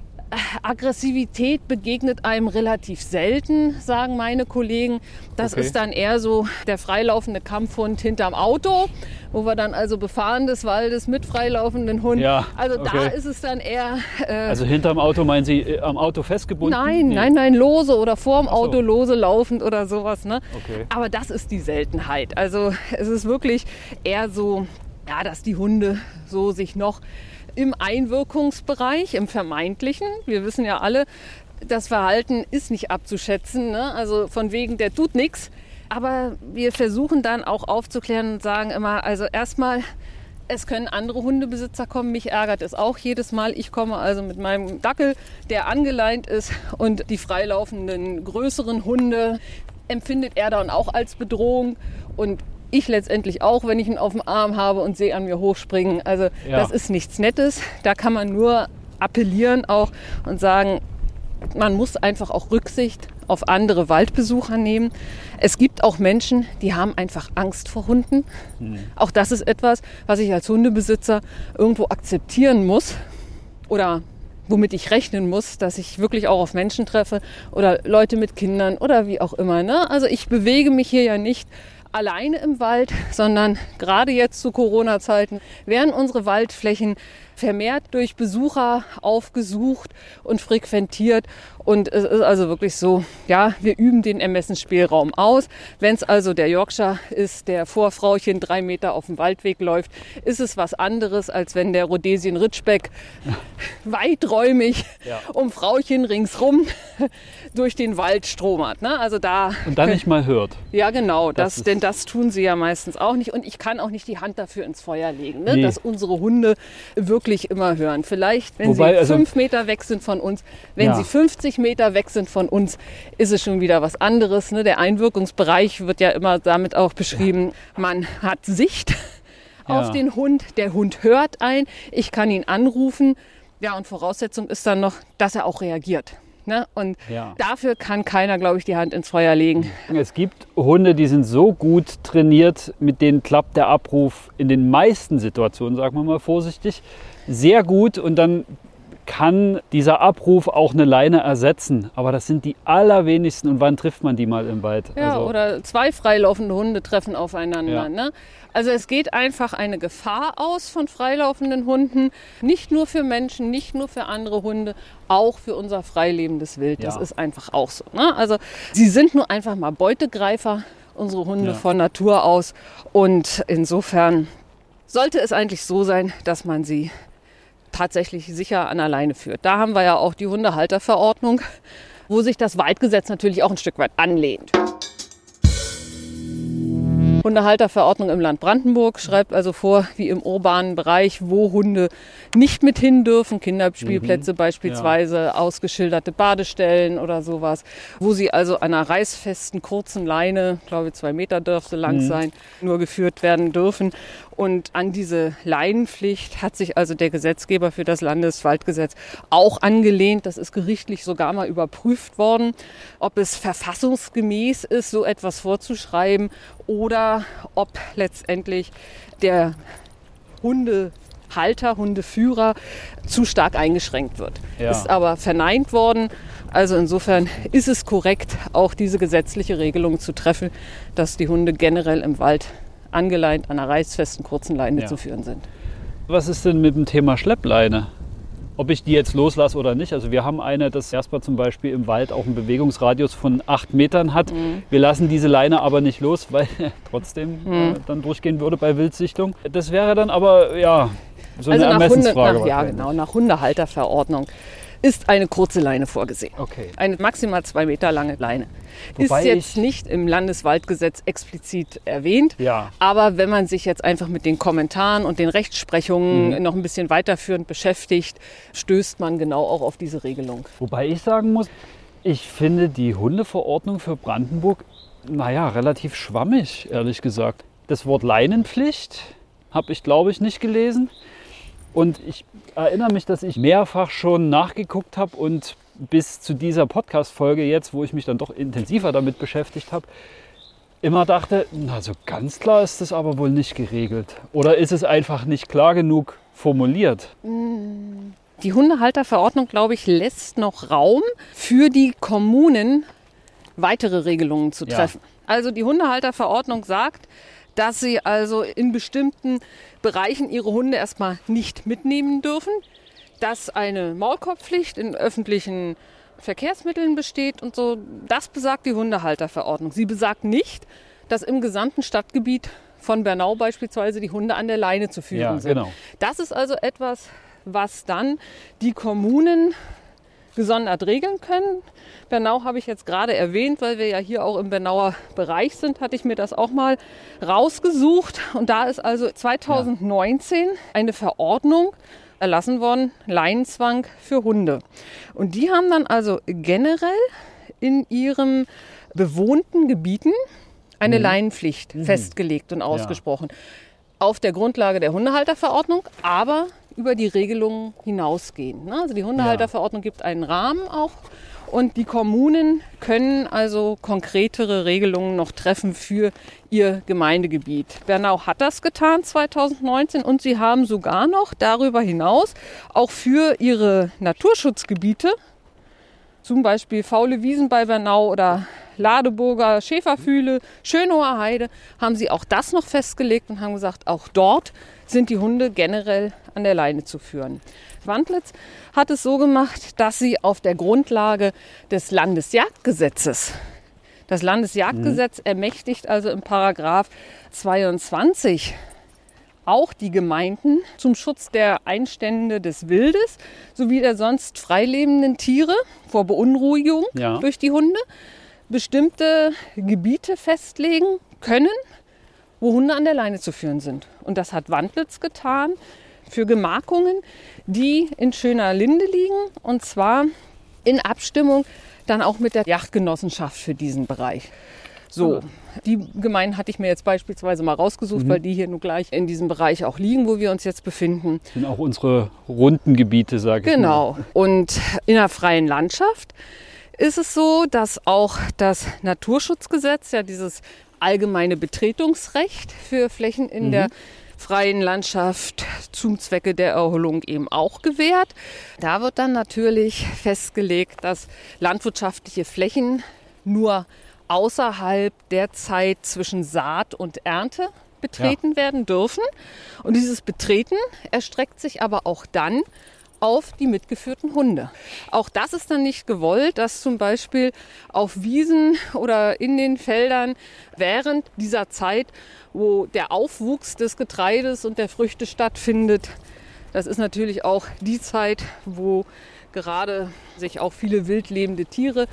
Aggressivität begegnet einem relativ selten, sagen meine Kollegen. Das ist dann eher so der freilaufende Kampfhund hinterm Auto, wo wir dann also befahren des Waldes mit freilaufenden Hunden. Ja, also da ist es dann eher... also hinterm Auto meinen Sie am Auto festgebunden? Nein, lose oder vorm Auto lose laufend oder sowas. Ne? Okay. Aber das ist die Seltenheit. Also es ist wirklich eher so, ja, dass die Hunde so sich noch im Einwirkungsbereich, im Vermeintlichen. Wir wissen ja alle, das Verhalten ist nicht abzuschätzen. Ne? Also von wegen, der tut nichts. Aber wir versuchen dann auch aufzuklären und sagen immer, also erstmal, es können andere Hundebesitzer kommen. Mich ärgert es auch jedes Mal. Ich komme also mit meinem Dackel, der angeleint ist, und die freilaufenden größeren Hunde empfindet er dann auch als Bedrohung. Und ich letztendlich auch, wenn ich ihn auf dem Arm habe und sehe an mir hochspringen. Also das ist nichts Nettes. Da kann man nur appellieren auch und sagen, man muss einfach auch Rücksicht auf andere Waldbesucher nehmen. Es gibt auch Menschen, die haben einfach Angst vor Hunden. Auch das ist etwas, was ich als Hundebesitzer irgendwo akzeptieren muss oder womit ich rechnen muss, dass ich wirklich auch auf Menschen treffe oder Leute mit Kindern oder wie auch immer. Ne? Also ich bewege mich hier ja nicht alleine im Wald, sondern gerade jetzt zu Corona-Zeiten werden unsere Waldflächen vermehrt durch Besucher aufgesucht und frequentiert. Und es ist also wirklich so, ja, wir üben den Ermessensspielraum aus. Wenn es also der Yorkshire ist, der vor Frauchen 3 Meter auf dem Waldweg läuft, ist es was anderes, als wenn der Rhodesian Ridgeback weiträumig um Frauchen ringsrum durch den Wald stromert. Ne? Also da und dann nicht mal hört. Ja, genau, denn das tun sie ja meistens auch nicht. Und ich kann auch nicht die Hand dafür ins Feuer legen, ne? Dass unsere Hunde wirklich immer hören. Vielleicht, wenn sie 5 Meter weg sind von uns, wenn sie 50 Meter weg sind von uns, ist es schon wieder was anderes. Ne? Der Einwirkungsbereich wird ja immer damit auch beschrieben, man hat Sicht auf den Hund, der Hund hört ein, ich kann ihn anrufen. Ja, und Voraussetzung ist dann noch, dass er auch reagiert. Ne? Und dafür kann keiner, glaube ich, die Hand ins Feuer legen. Es gibt Hunde, die sind so gut trainiert, mit denen klappt der Abruf in den meisten Situationen, sagen wir mal vorsichtig, sehr gut, und dann kann dieser Abruf auch eine Leine ersetzen. Aber das sind die allerwenigsten. Und wann trifft man die mal im Wald? Ja, also, oder 2 freilaufende Hunde treffen aufeinander. Ja. Ne? Also es geht einfach eine Gefahr aus von freilaufenden Hunden. Nicht nur für Menschen, nicht nur für andere Hunde, auch für unser freilebendes Wild. Das ist einfach auch so. Ne? Also sie sind nur einfach mal Beutegreifer, unsere Hunde von Natur aus. Und insofern sollte es eigentlich so sein, dass man sie tatsächlich sicher an der Leine führt. Da haben wir ja auch die Hundehalterverordnung, wo sich das Waldgesetz natürlich auch ein Stück weit anlehnt. Hundehalterverordnung im Land Brandenburg schreibt also vor, wie im urbanen Bereich, wo Hunde nicht mit hin dürfen, Kinderspielplätze beispielsweise, ausgeschilderte Badestellen oder sowas, wo sie also an einer reißfesten, kurzen Leine, ich glaube 2 Meter dürfte lang sein, nur geführt werden dürfen. Und an diese Leinenpflicht hat sich also der Gesetzgeber für das Landeswaldgesetz auch angelehnt. Das ist gerichtlich sogar mal überprüft worden, ob es verfassungsgemäß ist, so etwas vorzuschreiben oder ob letztendlich der Hundehalter, Hundeführer zu stark eingeschränkt wird. Ja. Ist aber verneint worden. Also insofern ist es korrekt, auch diese gesetzliche Regelung zu treffen, dass die Hunde generell im Wald angeleint an einer reißfesten kurzen Leine zu führen sind. Was ist denn mit dem Thema Schleppleine? Ob ich die jetzt loslasse oder nicht. Also wir haben eine, das Jasper zum Beispiel im Wald auch einen Bewegungsradius von 8 Metern hat. Wir lassen diese Leine aber nicht los, weil trotzdem dann durchgehen würde bei Wildsichtung. Das wäre dann aber so eine Ermessensfrage. Nach Hundehalterverordnung ist eine kurze Leine vorgesehen. Okay. Eine maximal 2 Meter lange Leine. Wobei ist jetzt nicht im Landeswaldgesetz explizit erwähnt. Ja. Aber wenn man sich jetzt einfach mit den Kommentaren und den Rechtsprechungen noch ein bisschen weiterführend beschäftigt, stößt man genau auch auf diese Regelung. Wobei ich sagen muss, ich finde die Hundeverordnung für Brandenburg, relativ schwammig, ehrlich gesagt. Das Wort Leinenpflicht habe ich, glaube ich, nicht gelesen. Und ich erinnere mich, dass ich mehrfach schon nachgeguckt habe und bis zu dieser Podcast-Folge jetzt, wo ich mich dann doch intensiver damit beschäftigt habe, immer dachte, so ganz klar ist das aber wohl nicht geregelt. Oder ist es einfach nicht klar genug formuliert? Die Hundehalterverordnung, glaube ich, lässt noch Raum für die Kommunen, weitere Regelungen zu treffen. Also die Hundehalterverordnung sagt, dass sie also in bestimmten Bereichen ihre Hunde erstmal nicht mitnehmen dürfen, dass eine Maulkorbpflicht in öffentlichen Verkehrsmitteln besteht und so. Das besagt die Hundehalterverordnung. Sie besagt nicht, dass im gesamten Stadtgebiet von Bernau beispielsweise die Hunde an der Leine zu führen sind. Genau. Das ist also etwas, was dann die Kommunen gesondert regeln können. Bernau habe ich jetzt gerade erwähnt, weil wir ja hier auch im Bernauer Bereich sind, hatte ich mir das auch mal rausgesucht. Und da ist also 2019 eine Verordnung erlassen worden, Leinenzwang für Hunde. Und die haben dann also generell in ihren bewohnten Gebieten eine Leinenpflicht festgelegt und ausgesprochen. Auf der Grundlage der Hundehalterverordnung, aber über die Regelungen hinausgehen. Also die Hundehalterverordnung gibt einen Rahmen auch und die Kommunen können also konkretere Regelungen noch treffen für ihr Gemeindegebiet. Bernau hat das getan 2019 und sie haben sogar noch darüber hinaus auch für ihre Naturschutzgebiete, zum Beispiel Faule Wiesen bei Bernau oder Ladeburger Schäferfühle, Schönauer Heide, haben sie auch das noch festgelegt und haben gesagt, auch dort sind die Hunde generell an der Leine zu führen. Wandlitz hat es so gemacht, dass sie auf der Grundlage des Landesjagdgesetzes, das Landesjagdgesetz ermächtigt also im Paragraph 22 auch die Gemeinden zum Schutz der Einstände des Wildes sowie der sonst freilebenden Tiere vor Beunruhigung durch die Hunde bestimmte Gebiete festlegen können, wo Hunde an der Leine zu führen sind. Und das hat Wandlitz getan für Gemarkungen, die in Schöner Linde liegen, und zwar in Abstimmung dann auch mit der Jagdgenossenschaft für diesen Bereich. So, die Gemeinden hatte ich mir jetzt beispielsweise mal rausgesucht, weil die hier nur gleich in diesem Bereich auch liegen, wo wir uns jetzt befinden. Das sind auch unsere runden Gebiete, sage ich mal. Genau. Und in der freien Landschaft ist es so, dass auch das Naturschutzgesetz, ja dieses allgemeine Betretungsrecht für Flächen in der freien Landschaft zum Zwecke der Erholung eben auch gewährt. Da wird dann natürlich festgelegt, dass landwirtschaftliche Flächen nur außerhalb der Zeit zwischen Saat und Ernte betreten werden dürfen. Und dieses Betreten erstreckt sich aber auch dann auf die mitgeführten Hunde. Auch das ist dann nicht gewollt, dass zum Beispiel auf Wiesen oder in den Feldern während dieser Zeit, wo der Aufwuchs des Getreides und der Früchte stattfindet, das ist natürlich auch die Zeit, wo gerade sich auch viele wildlebende Tiere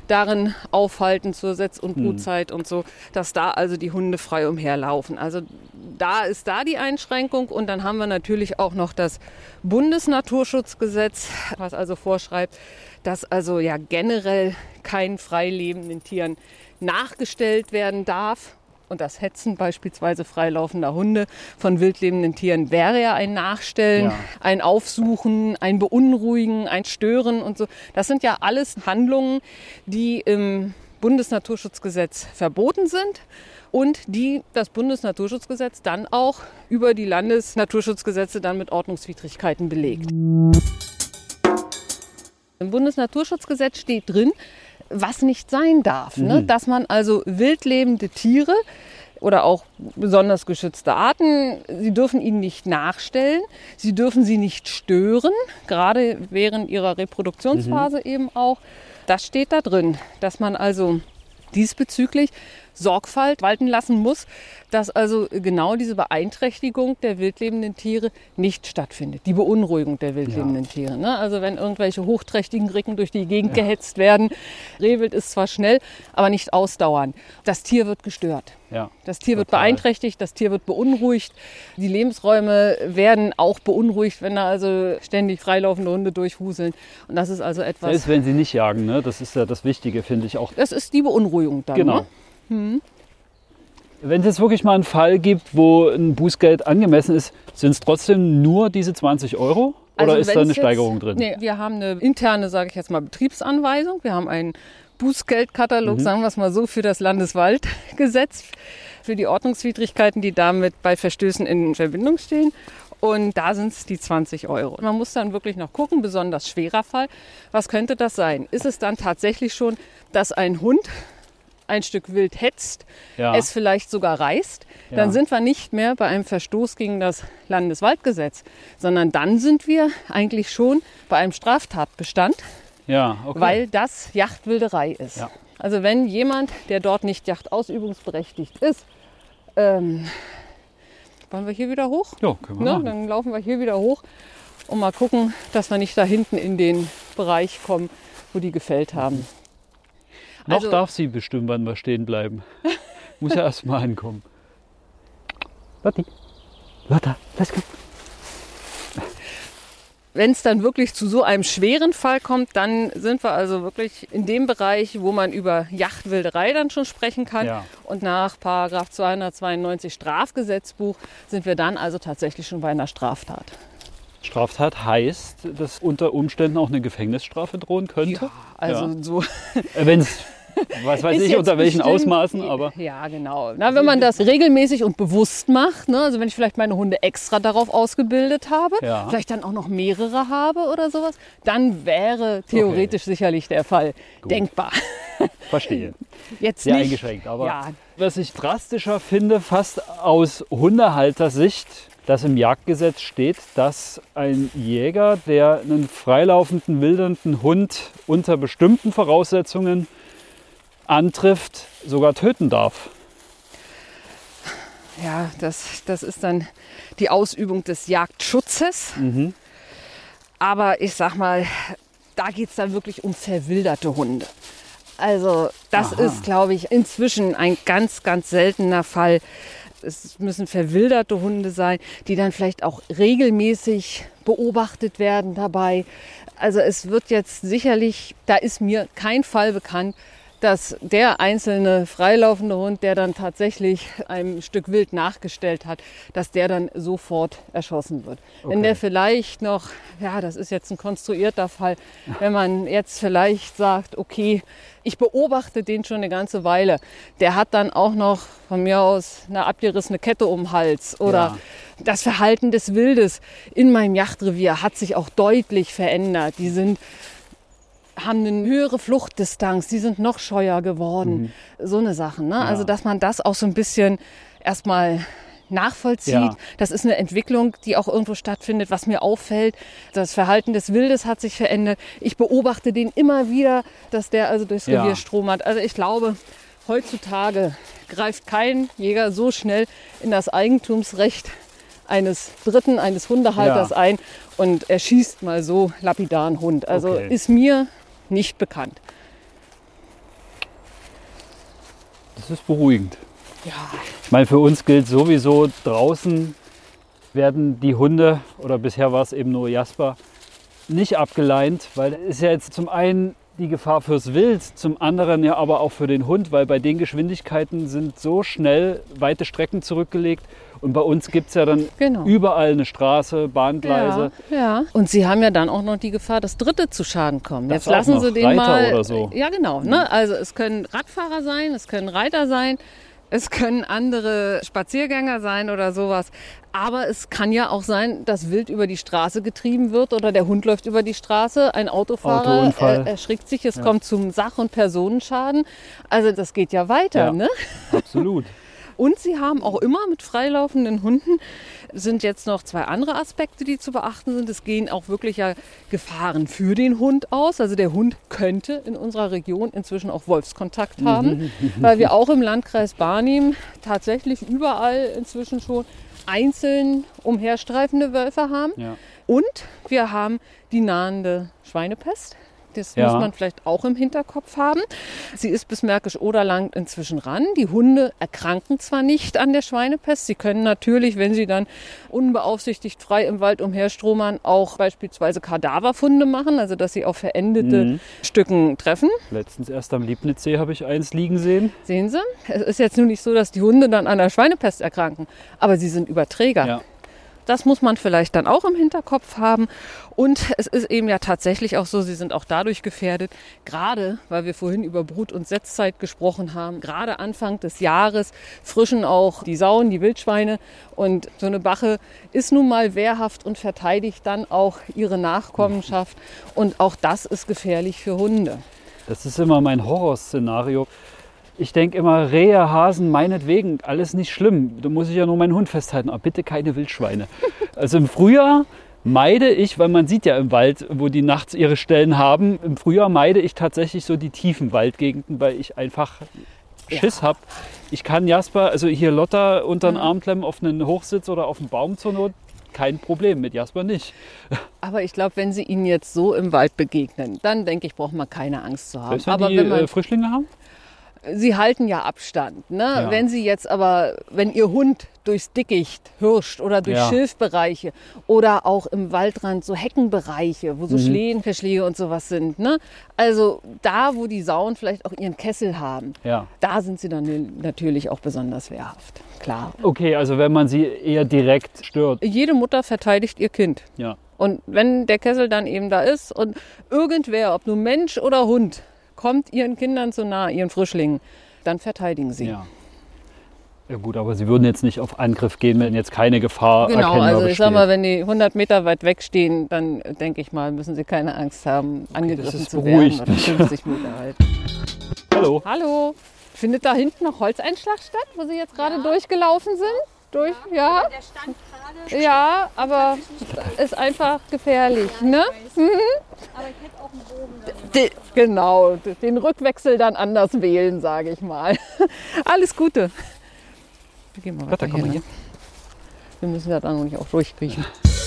darin aufhalten zur Setz- und Brutzeit und so, dass da also die Hunde frei umherlaufen. Also da ist da die Einschränkung. Und dann haben wir natürlich auch noch das Bundesnaturschutzgesetz, was also vorschreibt, dass also ja generell keinen frei lebenden Tieren nachgestellt werden darf. Und das Hetzen beispielsweise freilaufender Hunde von wildlebenden Tieren wäre ja ein Nachstellen, ein Aufsuchen, ein Beunruhigen, ein Stören und so. Das sind ja alles Handlungen, die im Bundesnaturschutzgesetz verboten sind und die das Bundesnaturschutzgesetz dann auch über die Landesnaturschutzgesetze dann mit Ordnungswidrigkeiten belegt. Im Bundesnaturschutzgesetz steht drin, was nicht sein darf. Ne? Dass man also wildlebende Tiere oder auch besonders geschützte Arten, sie dürfen ihnen nicht nachstellen, sie dürfen sie nicht stören, gerade während ihrer Reproduktionsphase eben auch. Das steht da drin, dass man also diesbezüglich Sorgfalt walten lassen muss, dass also genau diese Beeinträchtigung der wildlebenden Tiere nicht stattfindet. Die Beunruhigung der wildlebenden Tiere. Ne? Also wenn irgendwelche hochträchtigen Recken durch die Gegend gehetzt werden, Rehwild ist zwar schnell, aber nicht ausdauernd. Das Tier wird gestört. Ja, das Tier wird beeinträchtigt, das Tier wird beunruhigt. Die Lebensräume werden auch beunruhigt, wenn da also ständig freilaufende Hunde durchhuseln. Und das ist also etwas... Selbst wenn sie nicht jagen, ne? Das ist ja das Wichtige, finde ich auch. Das ist die Beunruhigung dann. Genau. Ne? Wenn es jetzt wirklich mal einen Fall gibt, wo ein Bußgeld angemessen ist, sind es trotzdem nur diese 20 €? Oder ist da eine Steigerung drin? Nee, wir haben eine interne, sage ich jetzt mal, Betriebsanweisung. Wir haben einen Bußgeldkatalog, sagen wir es mal so, für das Landeswaldgesetz, für die Ordnungswidrigkeiten, die damit bei Verstößen in Verbindung stehen. Und da sind es die 20 €. Man muss dann wirklich noch gucken, besonders schwerer Fall, was könnte das sein? Ist es dann tatsächlich schon, dass ein Hund ein Stück Wild hetzt, es vielleicht sogar reißt, dann sind wir nicht mehr bei einem Verstoß gegen das Landeswaldgesetz, sondern dann sind wir eigentlich schon bei einem Straftatbestand, weil das Jagdwilderei ist. Ja. Also wenn jemand, der dort nicht jachtausübungsberechtigt ist, wollen wir hier wieder hoch? Ja, können wir machen. Dann laufen wir hier wieder hoch und mal gucken, dass wir nicht da hinten in den Bereich kommen, wo die gefällt haben. Noch darf sie bestimmen, wann wir stehen bleiben. Muss ja erst mal ankommen. Lotta, let's go. Wenn es dann wirklich zu so einem schweren Fall kommt, dann sind wir also wirklich in dem Bereich, wo man über Jagdwilderei dann schon sprechen kann. Ja. Und nach § 292 Strafgesetzbuch sind wir dann also tatsächlich schon bei einer Straftat. Straftat heißt, dass unter Umständen auch eine Gefängnisstrafe drohen könnte? Ja, also so. Wenn es, was weiß ich, unter welchen Ausmaßen, aber... Ja, genau. Na, wenn man das regelmäßig und bewusst macht, ne, also wenn ich vielleicht meine Hunde extra darauf ausgebildet habe, vielleicht dann auch noch mehrere habe oder sowas, dann wäre theoretisch sicherlich der Fall denkbar. Verstehe. Jetzt sehr nicht. Eingeschränkt, aber was ich drastischer finde, fast aus Hundehaltersicht, dass im Jagdgesetz steht, dass ein Jäger, der einen freilaufenden, wildernden Hund unter bestimmten Voraussetzungen antrifft, sogar töten darf. Ja, das ist dann die Ausübung des Jagdschutzes. Aber ich sag mal, da geht es dann wirklich um verwilderte Hunde. Also das ist, glaube ich, inzwischen ein ganz, ganz seltener Fall. Es müssen verwilderte Hunde sein, die dann vielleicht auch regelmäßig beobachtet werden dabei. Also es wird jetzt sicherlich, da ist mir kein Fall bekannt, dass der einzelne freilaufende Hund, der dann tatsächlich einem Stück Wild nachgestellt hat, dass der dann sofort erschossen wird. Okay. Wenn der vielleicht noch, ja, das ist jetzt ein konstruierter Fall, wenn man jetzt vielleicht sagt, okay, ich beobachte den schon eine ganze Weile, der hat dann auch noch von mir aus eine abgerissene Kette um den Hals oder das Verhalten des Wildes in meinem Yachtrevier hat sich auch deutlich verändert. Die haben eine höhere Fluchtdistanz, die sind noch scheuer geworden. So eine Sache. Ne? Ja. Also, dass man das auch so ein bisschen erstmal nachvollzieht. Ja. Das ist eine Entwicklung, die auch irgendwo stattfindet, was mir auffällt. Das Verhalten des Wildes hat sich verändert. Ich beobachte den immer wieder, dass der also durchs Revier stromert. Also ich glaube, heutzutage greift kein Jäger so schnell in das Eigentumsrecht eines Dritten, eines Hundehalters ein und erschießt mal so lapidar einen Hund. Also ist mir nicht bekannt. Das ist beruhigend. Ja. Ich meine, für uns gilt sowieso, draußen werden die Hunde, oder bisher war es eben nur Jasper, nicht abgeleint, weil es ist ja jetzt zum einen die Gefahr fürs Wild, zum anderen ja aber auch für den Hund, weil bei den Geschwindigkeiten sind so schnell weite Strecken zurückgelegt. Und bei uns gibt es ja dann überall eine Straße, Bahngleise. Ja. Und Sie haben ja dann auch noch die Gefahr, dass Dritte zu Schaden kommen. Das jetzt lassen Sie den Reiter mal. Oder so. Ja, genau. Ne? Also es können Radfahrer sein, es können Reiter sein, es können andere Spaziergänger sein oder sowas. Aber es kann ja auch sein, dass wild über die Straße getrieben wird oder der Hund läuft über die Straße, ein Autofahrer erschrickt sich, es kommt zum Sach- und Personenschaden. Also das geht ja weiter, Ja, ne? Absolut. Und sie haben auch immer mit freilaufenden Hunden, sind jetzt noch 2 andere Aspekte, die zu beachten sind. Es gehen auch wirklich ja Gefahren für den Hund aus. Also der Hund könnte in unserer Region inzwischen auch Wolfskontakt haben, weil wir auch im Landkreis Barnim tatsächlich überall inzwischen schon einzeln umherstreifende Wölfe haben. Ja. Und wir haben die nahende Schweinepest. Das muss man vielleicht auch im Hinterkopf haben. Sie ist bis Märkisch-Oderland inzwischen ran. Die Hunde erkranken zwar nicht an der Schweinepest. Sie können natürlich, wenn sie dann unbeaufsichtigt frei im Wald umherstromern, auch beispielsweise Kadaverfunde machen, also dass sie auf verendete Stücken treffen. Letztens erst am Liebnitzsee habe ich eins liegen sehen. Sehen Sie? Es ist jetzt nur nicht so, dass die Hunde dann an der Schweinepest erkranken, aber sie sind Überträger. Ja. Das muss man vielleicht dann auch im Hinterkopf haben. Und es ist eben ja tatsächlich auch so, sie sind auch dadurch gefährdet, gerade weil wir vorhin über Brut- und Setzzeit gesprochen haben. Gerade Anfang des Jahres frischen auch die Sauen, die Wildschweine. Und so eine Bache ist nun mal wehrhaft und verteidigt dann auch ihre Nachkommenschaft. Und auch das ist gefährlich für Hunde. Das ist immer mein Horrorszenario. Ich denke immer, Rehe, Hasen, meinetwegen, alles nicht schlimm. Da muss ich ja nur meinen Hund festhalten. Aber bitte keine Wildschweine. Also im Frühjahr meide ich, weil man sieht ja im Wald, wo die nachts ihre Stellen haben, im Frühjahr meide ich tatsächlich so die tiefen Waldgegenden, weil ich einfach Schiss habe. Ich kann Jasper, also hier Lotta unter den Arm klemmen auf einen Hochsitz oder auf einen Baum zur Not. Kein Problem, mit Jasper nicht. Aber ich glaube, wenn Sie ihnen jetzt so im Wald begegnen, dann denke ich, braucht man keine Angst zu haben. Selbst wenn aber die wenn man Frischlinge haben? Sie halten ja Abstand. Ne? Ja. Wenn Sie jetzt aber, wenn Ihr Hund durchs Dickicht hirscht oder durch Schilfbereiche oder auch im Waldrand so Heckenbereiche, wo so Schlehenverschläge und sowas sind. Ne? Also da, wo die Sauen vielleicht auch ihren Kessel haben, da sind sie dann natürlich auch besonders wehrhaft. Klar. Okay, also wenn man sie eher direkt stört. Jede Mutter verteidigt ihr Kind. Ja. Und wenn der Kessel dann eben da ist und irgendwer, ob nun Mensch oder Hund, kommt ihren Kindern zu nahe, ihren Frischlingen, dann verteidigen sie. Ja. Ja gut, aber sie würden jetzt nicht auf Angriff gehen, wenn jetzt keine Gefahr genau, erkennbar also ich besteht. sag mal, wenn die 100 Meter weit weg stehen, dann denke ich mal, müssen sie keine Angst haben, angegriffen zu werden oder 50 Meter weit. Hallo. Hallo. Findet da hinten noch Holzeinschlag statt, wo Sie jetzt gerade durchgelaufen sind? Ja. Der stand gerade. Ja, aber ist einfach gefährlich, ne? Mhm. Aber ich hätte auch einen Bogen. Genau, den Rückwechsel dann anders wählen, sage ich mal. Alles Gute. Wir gehen mal weiter komm mal hier. Wir müssen ja dann noch nicht auch durchkriechen.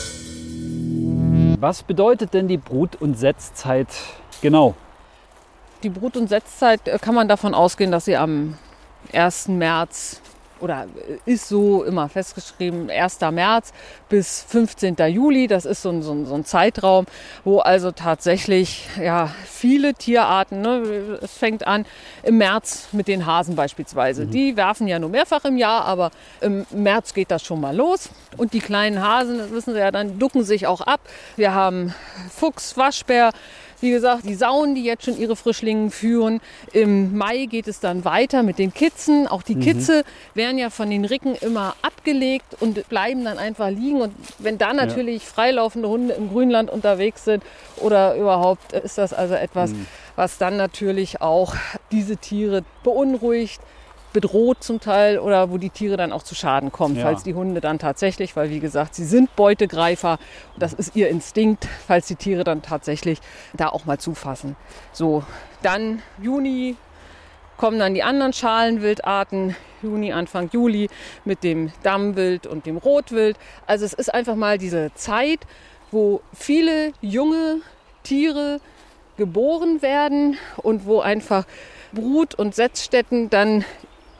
Was bedeutet denn die Brut- und Setzzeit genau? Die Brut- und Setzzeit kann man davon ausgehen, dass sie am 1. März oder ist so immer festgeschrieben, 1. März bis 15. Juli. Das ist so ein Zeitraum, wo also tatsächlich viele Tierarten, ne, es fängt an im März mit den Hasen beispielsweise. Die werfen ja nur mehrfach im Jahr, aber im März geht das schon mal los. Und die kleinen Hasen, das wissen Sie ja, dann ducken sich auch ab. Wir haben Fuchs, Waschbär, wie gesagt, die Sauen, die jetzt schon ihre Frischlinge führen. Im Mai geht es dann weiter mit den Kitzen. Auch die Kitze werden ja von den Ricken immer abgelegt und bleiben dann einfach liegen. Und wenn da natürlich freilaufende Hunde im Grünland unterwegs sind oder überhaupt, ist das also etwas, was dann natürlich auch diese Tiere beunruhigt, bedroht zum Teil oder wo die Tiere dann auch zu Schaden kommen, falls die Hunde dann tatsächlich, weil wie gesagt, sie sind Beutegreifer, das ist ihr Instinkt, falls die Tiere dann tatsächlich da auch mal zufassen. So, dann Juni kommen dann die anderen Schalenwildarten, Juni, Anfang Juli mit dem Dammwild und dem Rotwild. Also es ist einfach mal diese Zeit, wo viele junge Tiere geboren werden und wo einfach Brut- und Setzstätten dann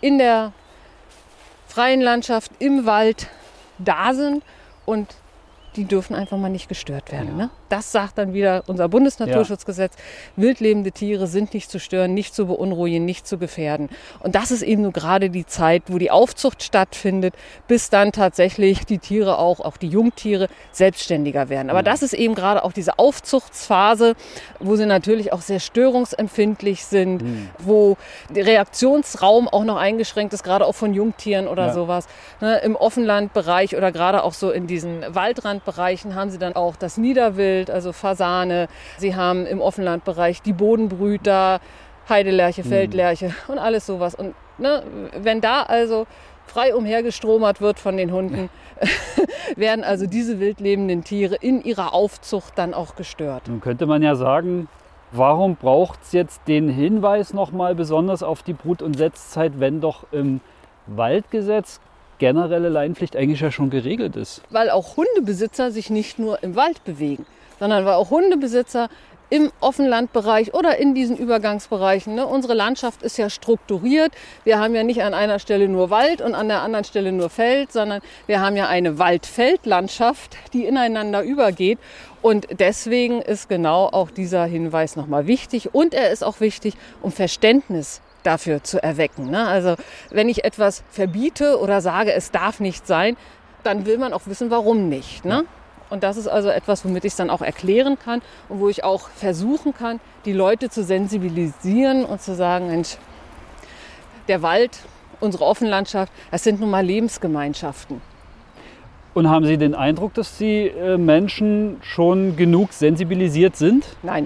in der freien Landschaft, im Wald da sind und die dürfen einfach mal nicht gestört werden. Ja. Ne? Das sagt dann wieder unser Bundesnaturschutzgesetz. Wildlebende Tiere sind nicht zu stören, nicht zu beunruhigen, nicht zu gefährden. Und das ist eben nur gerade die Zeit, wo die Aufzucht stattfindet, bis dann tatsächlich die Tiere auch die Jungtiere, selbstständiger werden. Aber das ist eben gerade auch diese Aufzuchtsphase, wo sie natürlich auch sehr störungsempfindlich sind, wo der Reaktionsraum auch noch eingeschränkt ist, gerade auch von Jungtieren oder sowas. Ne, im Offenlandbereich oder gerade auch so in diesen Waldrandbereichen haben sie dann auch das Niederwild, also Fasane. Sie haben im Offenlandbereich die Bodenbrüter, Heidelerche, Feldlerche und alles sowas. Und ne, wenn da also frei umhergestromert wird von den Hunden, werden also diese wildlebenden Tiere in ihrer Aufzucht dann auch gestört. Nun könnte man ja sagen, warum braucht es jetzt den Hinweis nochmal besonders auf die Brut- und Setzzeit, wenn doch im Waldgesetz generelle Leinenpflicht eigentlich ja schon geregelt ist? Weil auch Hundebesitzer sich nicht nur im Wald bewegen, sondern weil auch Hundebesitzer im Offenlandbereich oder in diesen Übergangsbereichen. Ne? Unsere Landschaft ist ja strukturiert. Wir haben ja nicht an einer Stelle nur Wald und an der anderen Stelle nur Feld, sondern wir haben ja eine Wald-Feld-Landschaft, die ineinander übergeht. Und deswegen ist genau auch dieser Hinweis nochmal wichtig. Und er ist auch wichtig, um Verständnis dafür zu erwecken. Ne? Also wenn ich etwas verbiete oder sage, es darf nicht sein, dann will man auch wissen, warum nicht. Ne? Und das ist also etwas, womit ich es dann auch erklären kann und wo ich auch versuchen kann, die Leute zu sensibilisieren und zu sagen, Mensch, der Wald, unsere Offenlandschaft, das sind nun mal Lebensgemeinschaften. Und haben Sie den Eindruck, dass die Menschen schon genug sensibilisiert sind? Nein.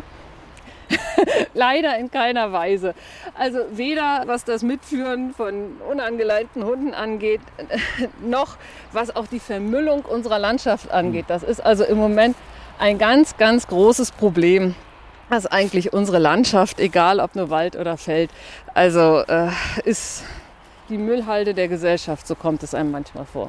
Leider in keiner Weise. Also weder was das Mitführen von unangeleinten Hunden angeht, noch was auch die Vermüllung unserer Landschaft angeht. Das ist also im Moment ein ganz, ganz großes Problem, dass eigentlich unsere Landschaft, egal ob nur Wald oder Feld, also ist die Müllhalde der Gesellschaft, so kommt es einem manchmal vor.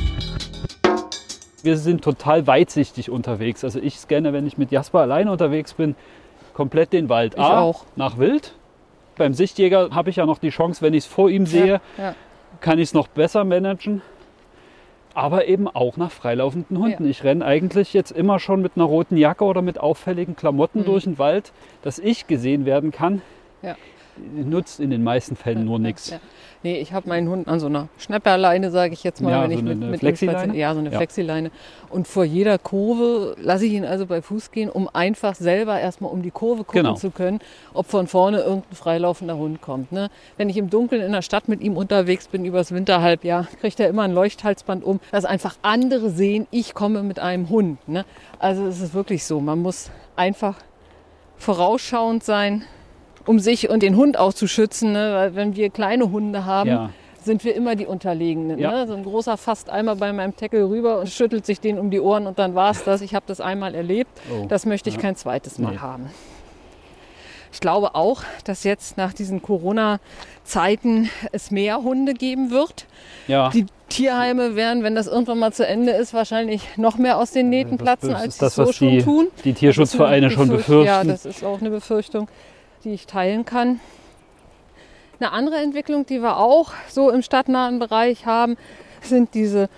Wir sind total weitsichtig unterwegs. Also ich scanne, wenn ich mit Jasper alleine unterwegs bin, komplett den Wald. Ich auch. Nach Wild. Beim Sichtjäger habe ich ja noch die Chance, wenn ich es vor ihm sehe, kann ich es noch besser managen. Aber eben auch nach freilaufenden Hunden. Ich renne eigentlich jetzt immer schon mit einer roten Jacke oder mit auffälligen Klamotten durch den Wald, dass ich gesehen werden kann. Ja. Nutzt in den meisten Fällen nur nichts. Ja. Nee, ich habe meinen Hund an so einer Schnapperleine, sage ich jetzt mal, Ja, wenn so ich eine mit Flexileine? Ja, so eine Ja. Flexileine. Und vor jeder Kurve lasse ich ihn also bei Fuß gehen, um einfach selber erstmal um die Kurve gucken zu können, ob von vorne irgendein freilaufender Hund kommt. Ne? Wenn ich im Dunkeln in der Stadt mit ihm unterwegs bin, übers Winterhalbjahr, kriegt er immer ein Leuchthalsband um, dass einfach andere sehen, ich komme mit einem Hund. Ne? Also es ist wirklich so, man muss einfach vorausschauend sein, um sich und den Hund auch zu schützen. Ne? Weil wenn wir kleine Hunde haben, sind wir immer die Unterlegenen. Ja. Ne? So ein großer fasst einmal bei meinem Tackle rüber und schüttelt sich den um die Ohren und dann war es das. Ich habe das einmal erlebt. Das möchte ich kein zweites Mal haben. Ich glaube auch, dass jetzt nach diesen Corona-Zeiten es mehr Hunde geben wird. Ja. Die Tierheime werden, wenn das irgendwann mal zu Ende ist, wahrscheinlich noch mehr aus den Nähten platzen, als sie es so schon tun. Die Tierschutzvereine schon befürchten. Ja, das ist auch eine Befürchtung, die ich teilen kann. Eine andere Entwicklung, die wir auch so im stadtnahen Bereich haben, sind diese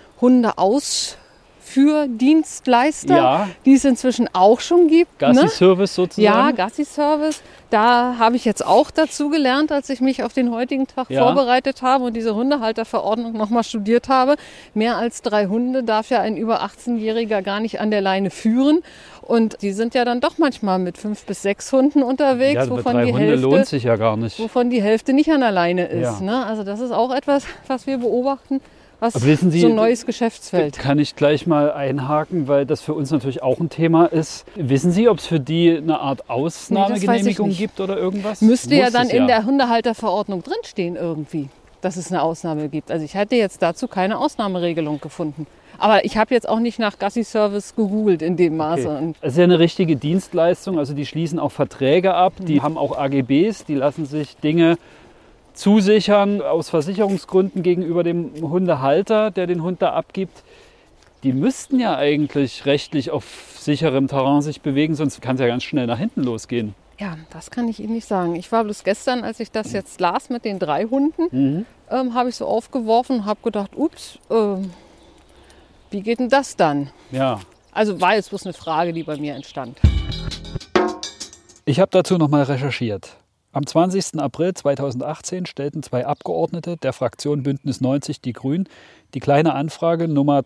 Hundeausführdienstleister, die es inzwischen auch schon gibt. Gassi-Service sozusagen? Ja, Gassi-Service. Da habe ich jetzt auch dazu gelernt, als ich mich auf den heutigen Tag vorbereitet habe und diese Hundehalterverordnung nochmal studiert habe. Mehr als 3 Hunde darf ja ein über 18-Jähriger gar nicht an der Leine führen. Und die sind ja dann doch manchmal mit 5 bis 6 Hunden unterwegs, Ja, mit 3 Hunde lohnt sich ja gar nicht. Wovon die Hälfte nicht an der Leine ist. Ne? Also das ist auch etwas, was wir beobachten, was wissen Sie, so ein neues Geschäftsfeld. Kann ich gleich mal einhaken, weil das für uns natürlich auch ein Thema ist. Wissen Sie, ob es für die eine Art Ausnahmegenehmigung gibt oder irgendwas? Müsste ja dann in der Hundehalterverordnung drinstehen irgendwie, dass es eine Ausnahme gibt. Also ich hätte jetzt dazu keine Ausnahmeregelung gefunden. Aber ich habe jetzt auch nicht nach Gassi-Service gegoogelt in dem Maße. Okay. Es ist ja eine richtige Dienstleistung, also die schließen auch Verträge ab, die haben auch AGBs, die lassen sich Dinge zusichern aus Versicherungsgründen gegenüber dem Hundehalter, der den Hund da abgibt. Die müssten ja eigentlich rechtlich auf sicherem Terrain sich bewegen, sonst kann es ja ganz schnell nach hinten losgehen. Ja, das kann ich Ihnen nicht sagen. Ich war bloß gestern, als ich das jetzt las mit den 3 Hunden, habe ich so aufgeworfen und habe gedacht, ups, wie geht denn das dann? Ja. Also war jetzt bloß eine Frage, die bei mir entstand. Ich habe dazu nochmal recherchiert. Am 20. April 2018 stellten 2 Abgeordnete der Fraktion Bündnis 90 Die Grünen die kleine Anfrage Nummer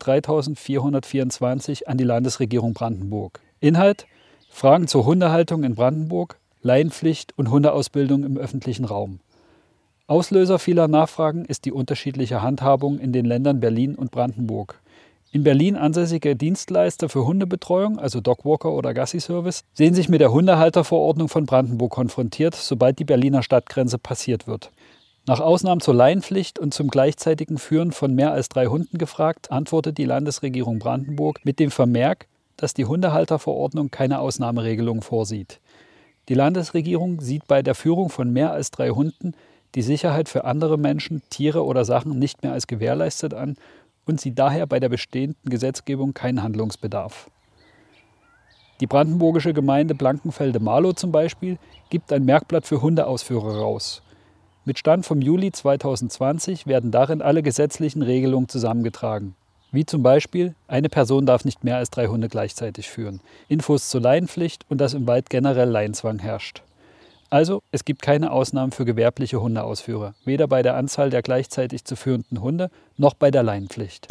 3424 an die Landesregierung Brandenburg. Inhalt: Fragen zur Hundehaltung in Brandenburg, Leinenpflicht und Hundeausbildung im öffentlichen Raum. Auslöser vieler Nachfragen ist die unterschiedliche Handhabung in den Ländern Berlin und Brandenburg. In Berlin ansässige Dienstleister für Hundebetreuung, also Dogwalker oder Gassi-Service, sehen sich mit der Hundehalterverordnung von Brandenburg konfrontiert, sobald die Berliner Stadtgrenze passiert wird. Nach Ausnahmen zur Leinenpflicht und zum gleichzeitigen Führen von mehr als 3 Hunden gefragt, antwortet die Landesregierung Brandenburg mit dem Vermerk, dass die Hundehalterverordnung keine Ausnahmeregelung vorsieht. Die Landesregierung sieht bei der Führung von mehr als 3 Hunden die Sicherheit für andere Menschen, Tiere oder Sachen nicht mehr als gewährleistet an und sieht daher bei der bestehenden Gesetzgebung keinen Handlungsbedarf. Die brandenburgische Gemeinde Blankenfelde-Marlow zum Beispiel gibt ein Merkblatt für Hundeausführer raus. Mit Stand vom Juli 2020 werden darin alle gesetzlichen Regelungen zusammengetragen. Wie zum Beispiel, eine Person darf nicht mehr als 3 Hunde gleichzeitig führen, Infos zur Leinenpflicht und dass im Wald generell Leinenzwang herrscht. Also, es gibt keine Ausnahmen für gewerbliche Hundeausführer, weder bei der Anzahl der gleichzeitig zu führenden Hunde noch bei der Leinenpflicht.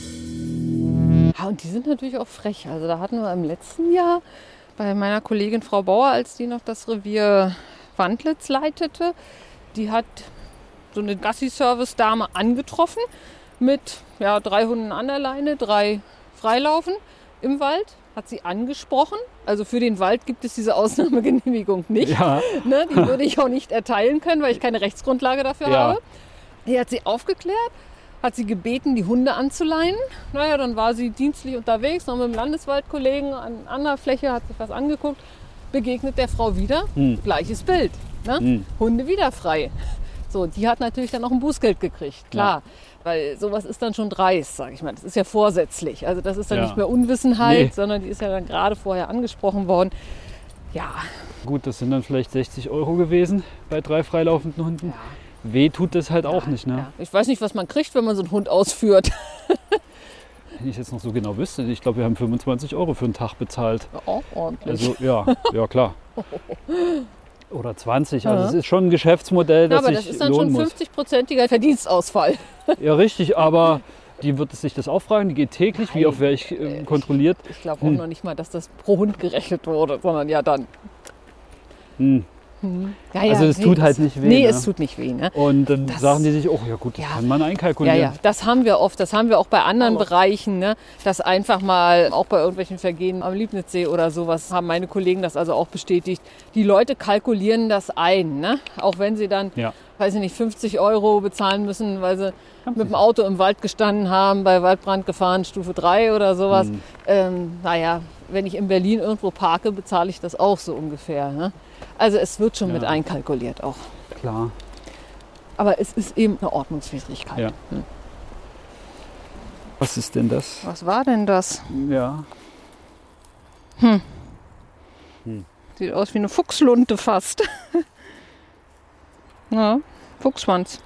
Ja, und die sind natürlich auch frech. Also da hatten wir im letzten Jahr bei meiner Kollegin Frau Bauer, als die noch das Revier Wandlitz leitete, die hat so eine Gassi-Service-Dame angetroffen mit 3 Hunden an der Leine, 3 freilaufen im Wald, hat sie angesprochen. Also für den Wald gibt es diese Ausnahmegenehmigung nicht. Ja. Ne, die würde ich auch nicht erteilen können, weil ich keine Rechtsgrundlage dafür habe. Die hat sie aufgeklärt, hat sie gebeten, die Hunde anzuleihen. Naja, dann war sie dienstlich unterwegs, noch mit dem Landeswaldkollegen an anderer Fläche, hat sich was angeguckt, begegnet der Frau wieder, gleiches Bild. Ne? Hunde wieder frei. So, die hat natürlich dann auch ein Bußgeld gekriegt, klar. Ja. Weil sowas ist dann schon dreist, sage ich mal. Das ist ja vorsätzlich. Also das ist dann nicht mehr Unwissenheit, sondern die ist ja dann gerade vorher angesprochen worden. Ja. Gut, das sind dann vielleicht 60 € gewesen bei 3 freilaufenden Hunden. Ja. Weh tut das halt auch nicht, ne? Ja. Ich weiß nicht, was man kriegt, wenn man so einen Hund ausführt. Wenn ich jetzt noch so genau wüsste, ich glaube, wir haben 25 € für einen Tag bezahlt. Oh, ordentlich. Also ja klar. Oder 20, also es ist schon ein Geschäftsmodell, das sich lohnen muss. Aber das ist dann schon 50%iger Verdienstausfall. Ja, richtig, aber die wird es sich das auffragen, die geht täglich, wie oft werde ich kontrolliert. Ich glaube auch noch nicht mal, dass das pro Hund gerechnet wurde, sondern ja dann. Ja, also es tut halt nicht weh. Nee, ne? Es tut nicht weh. Ne? Und dann sagen die sich, oh ja gut, das kann man einkalkulieren. Ja, das haben wir oft, das haben wir auch bei anderen Bereichen, ne? Dass einfach mal, auch bei irgendwelchen Vergehen am Liebnitzsee oder sowas, haben meine Kollegen das also auch bestätigt. Die Leute kalkulieren das ein, ne? Auch wenn sie dann, weiß ich nicht, 50 € bezahlen müssen, weil sie mit dem Auto im Wald gestanden haben, bei Waldbrand gefahren, Stufe 3 oder sowas. Wenn ich in Berlin irgendwo parke, bezahle ich das auch so ungefähr. Ne? Also es wird schon mit einkalkuliert auch. Klar. Aber es ist eben eine Ordnungswidrigkeit. Ja. Was ist denn das? Was war denn das? Ja. Sieht aus wie eine Fuchslunte fast. Ja, Fuchsschwanz.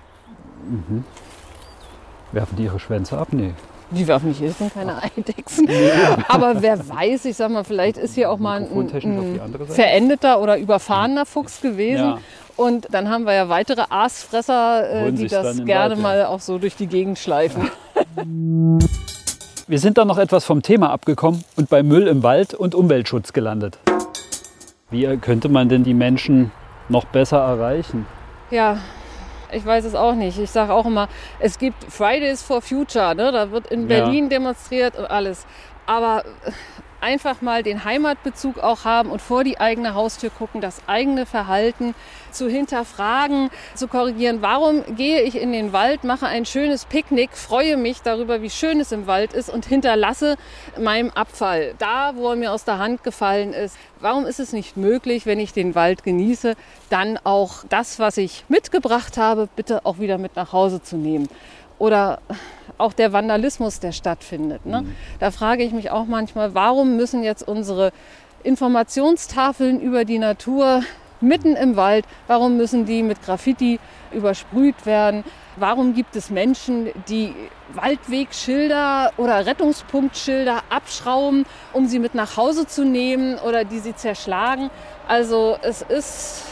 Werfen die ihre Schwänze ab? Nee. Die werfen nicht, das sind keine Eidechsen. Ja. Aber wer weiß, ich sag mal, vielleicht ist hier auch mal ein verendeter oder überfahrener Fuchs gewesen. Ja. Und dann haben wir ja weitere Aasfresser, die das gerne mal auch so durch die Gegend schleifen. Ja. Wir sind dann noch etwas vom Thema abgekommen und bei Müll im Wald und Umweltschutz gelandet. Wie könnte man denn die Menschen noch besser erreichen? Ja, ich weiß es auch nicht. Ich sage auch immer, es gibt Fridays for Future, ne? Da wird in Berlin demonstriert und alles. Aber einfach mal den Heimatbezug auch haben und vor die eigene Haustür gucken, das eigene Verhalten zu hinterfragen, zu korrigieren. Warum gehe ich in den Wald, mache ein schönes Picknick, freue mich darüber, wie schön es im Wald ist und hinterlasse meinen Abfall da, wo er mir aus der Hand gefallen ist. Warum ist es nicht möglich, wenn ich den Wald genieße, dann auch das, was ich mitgebracht habe, bitte auch wieder mit nach Hause zu nehmen? Oder auch der Vandalismus, der stattfindet. Ne? Da frage ich mich auch manchmal, warum müssen jetzt unsere Informationstafeln über die Natur mitten im Wald? Warum müssen die mit Graffiti übersprüht werden? Warum gibt es Menschen, die Waldwegschilder oder Rettungspunktschilder abschrauben, um sie mit nach Hause zu nehmen oder die sie zerschlagen? Also es ist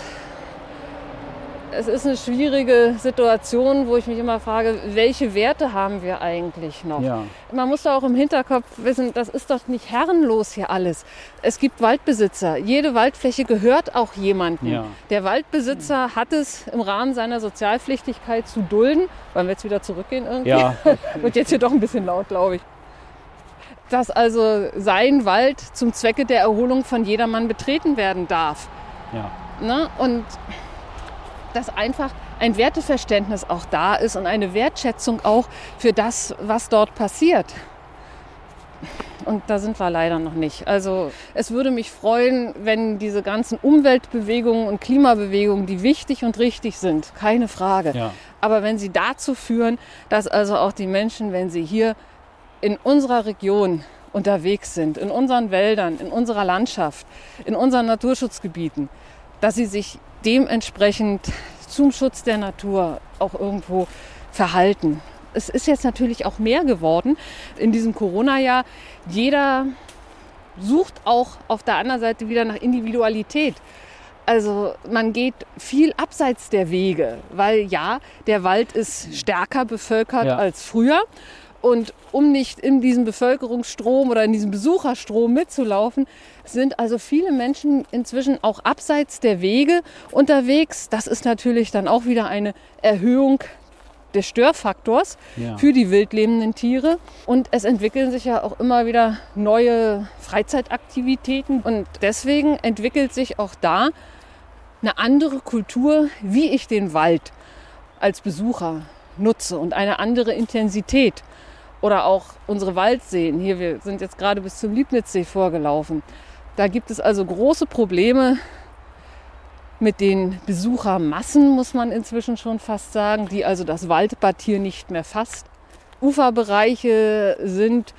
eine schwierige Situation, wo ich mich immer frage, welche Werte haben wir eigentlich noch? Ja. Man muss da auch im Hinterkopf wissen, das ist doch nicht herrenlos hier alles. Es gibt Waldbesitzer. Jede Waldfläche gehört auch jemandem. Ja. Der Waldbesitzer hat es im Rahmen seiner Sozialpflichtigkeit zu dulden. Wollen wir jetzt wieder zurückgehen irgendwie? Ja. Wird jetzt hier doch ein bisschen laut, glaube ich. Dass also sein Wald zum Zwecke der Erholung von jedermann betreten werden darf. Ja. Ne? Und dass einfach ein Werteverständnis auch da ist und eine Wertschätzung auch für das, was dort passiert. Und da sind wir leider noch nicht. Also es würde mich freuen, wenn diese ganzen Umweltbewegungen und Klimabewegungen, die wichtig und richtig sind, keine Frage. Ja. Aber wenn sie dazu führen, dass also auch die Menschen, wenn sie hier in unserer Region unterwegs sind, in unseren Wäldern, in unserer Landschaft, in unseren Naturschutzgebieten, dass sie sich dementsprechend zum Schutz der Natur auch irgendwo verhalten. Es ist jetzt natürlich auch mehr geworden in diesem Corona-Jahr. Jeder sucht auch auf der anderen Seite wieder nach Individualität. Also man geht viel abseits der Wege, weil ja, der Wald ist stärker bevölkert als früher. Und um nicht in diesem Bevölkerungsstrom oder in diesem Besucherstrom mitzulaufen, sind also viele Menschen inzwischen auch abseits der Wege unterwegs. Das ist natürlich dann auch wieder eine Erhöhung des Störfaktors für die wildlebenden Tiere. Und es entwickeln sich ja auch immer wieder neue Freizeitaktivitäten. Und deswegen entwickelt sich auch da eine andere Kultur, wie ich den Wald als Besucher nutze und eine andere Intensität. Oder auch unsere Waldseen. Hier, wir sind jetzt gerade bis zum Liebnitzsee vorgelaufen. Da gibt es also große Probleme mit den Besuchermassen, muss man inzwischen schon fast sagen, die also das Waldbad hier nicht mehr fasst. Uferbereiche sind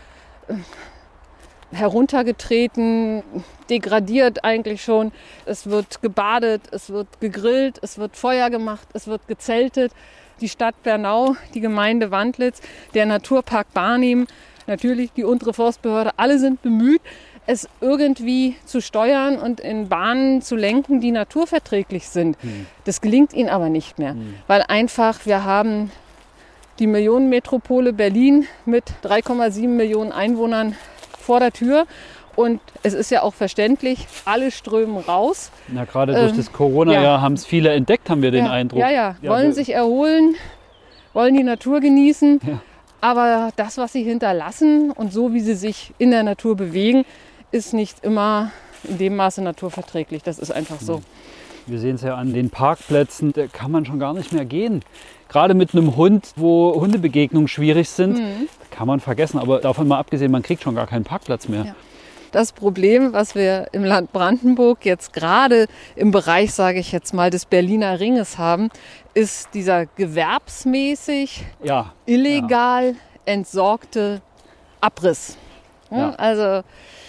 heruntergetreten, degradiert eigentlich schon. Es wird gebadet, es wird gegrillt, es wird Feuer gemacht, es wird gezeltet. Die Stadt Bernau, die Gemeinde Wandlitz, der Naturpark Barnim, natürlich die untere Forstbehörde, alle sind bemüht, es irgendwie zu steuern und in Bahnen zu lenken, die naturverträglich sind. Das gelingt ihnen aber nicht mehr, weil einfach wir haben die Millionenmetropole Berlin mit 3,7 Millionen Einwohnern vor der Tür. Und es ist ja auch verständlich, alle strömen raus. Na, gerade durch das Corona-Jahr haben es viele entdeckt, haben wir den Eindruck. Wollen sich erholen, wollen die Natur genießen. Ja. Aber das, was sie hinterlassen und so, wie sie sich in der Natur bewegen, ist nicht immer in dem Maße naturverträglich. Das ist einfach so. Wir sehen es ja an den Parkplätzen, da kann man schon gar nicht mehr gehen. Gerade mit einem Hund, wo Hundebegegnungen schwierig sind, kann man vergessen. Aber davon mal abgesehen, man kriegt schon gar keinen Parkplatz mehr. Ja. Das Problem, was wir im Land Brandenburg jetzt gerade im Bereich, sage ich jetzt mal, des Berliner Ringes haben, ist dieser gewerbsmäßig, illegal entsorgte Abriss. Ja. Also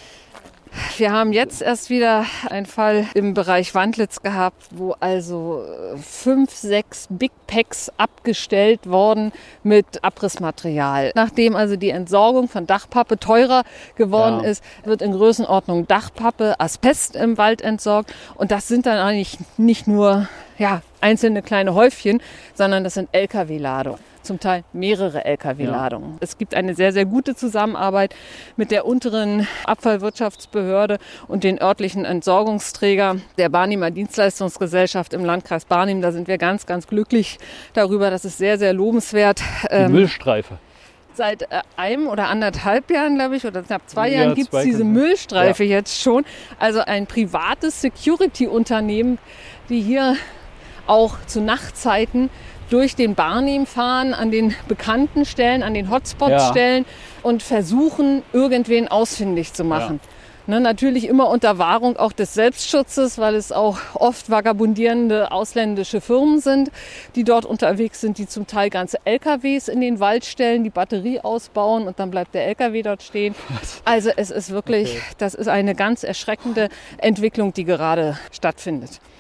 wir haben jetzt erst wieder einen Fall im Bereich Wandlitz gehabt, wo also 5, 6 Big Packs abgestellt worden mit Abrissmaterial. Nachdem also die Entsorgung von Dachpappe teurer geworden ist, wird in Größenordnung Dachpappe, Asbest im Wald entsorgt. Und das sind dann eigentlich nicht nur einzelne kleine Häufchen, sondern das sind Lkw-Ladungen. Zum Teil mehrere Lkw-Ladungen. Ja. Es gibt eine sehr, sehr gute Zusammenarbeit mit der unteren Abfallwirtschaftsbehörde und den örtlichen Entsorgungsträger der Barnimer Dienstleistungsgesellschaft im Landkreis Barnim. Da sind wir ganz, ganz glücklich darüber. Das ist sehr, sehr lobenswert. Die Müllstreife. Seit einem oder anderthalb Jahren, glaube ich, oder knapp 2 Jahren gibt es diese Müllstreife jetzt schon. Also ein privates Security-Unternehmen, die hier auch zu Nachtzeiten durch den Barnim fahren, an den bekannten Stellen, an den Hotspot-Stellen und versuchen, irgendwen ausfindig zu machen. Ja. Ne, natürlich immer unter Wahrung auch des Selbstschutzes, weil es auch oft vagabundierende ausländische Firmen sind, die dort unterwegs sind, die zum Teil ganze LKWs in den Wald stellen, die Batterie ausbauen und dann bleibt der LKW dort stehen. Also es ist wirklich, das ist eine ganz erschreckende Entwicklung, die gerade stattfindet.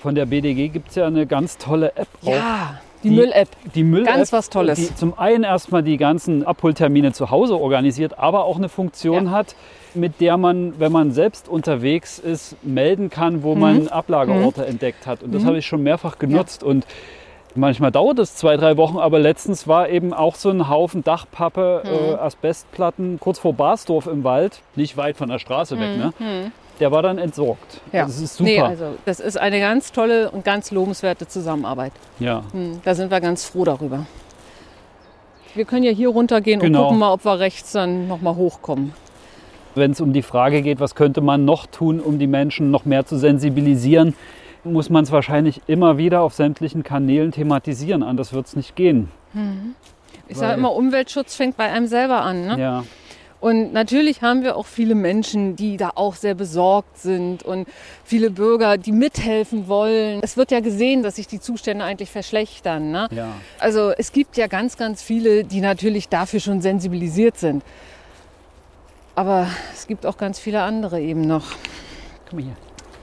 Von der BDG gibt es ja eine ganz tolle App auch. Ja, die Müll-App. Die Müll-App, Ganz was Tolles. die zum einen erstmal die ganzen Abholtermine zu Hause organisiert, aber auch eine Funktion hat, mit der man, wenn man selbst unterwegs ist, melden kann, wo man Ablagerorte entdeckt hat. Und das habe ich schon mehrfach genutzt. Und manchmal dauert es 2-3 Wochen, aber letztens war eben auch so ein Haufen Dachpappe, Asbestplatten kurz vor Barsdorf im Wald, nicht weit von der Straße weg. Ne? Der war dann entsorgt. Ja. Das ist super. Nee, also das ist eine ganz tolle und ganz lobenswerte Zusammenarbeit. Ja. Da sind wir ganz froh darüber. Wir können ja hier runtergehen und Genau. gucken mal, ob wir rechts dann nochmal hochkommen. Wenn es um die Frage geht, was könnte man noch tun, um die Menschen noch mehr zu sensibilisieren, muss man es wahrscheinlich immer wieder auf sämtlichen Kanälen thematisieren. Anders wird es nicht gehen. Ich sage immer, Umweltschutz fängt bei einem selber an. Ne? Ja, Und natürlich haben wir auch viele Menschen, die da auch sehr besorgt sind und viele Bürger, die mithelfen wollen. Es wird ja gesehen, dass sich die Zustände eigentlich verschlechtern. Ne? ja. Also es gibt ja ganz, ganz viele, die natürlich dafür schon sensibilisiert sind. Aber es gibt auch ganz viele andere eben noch. Guck mal hier.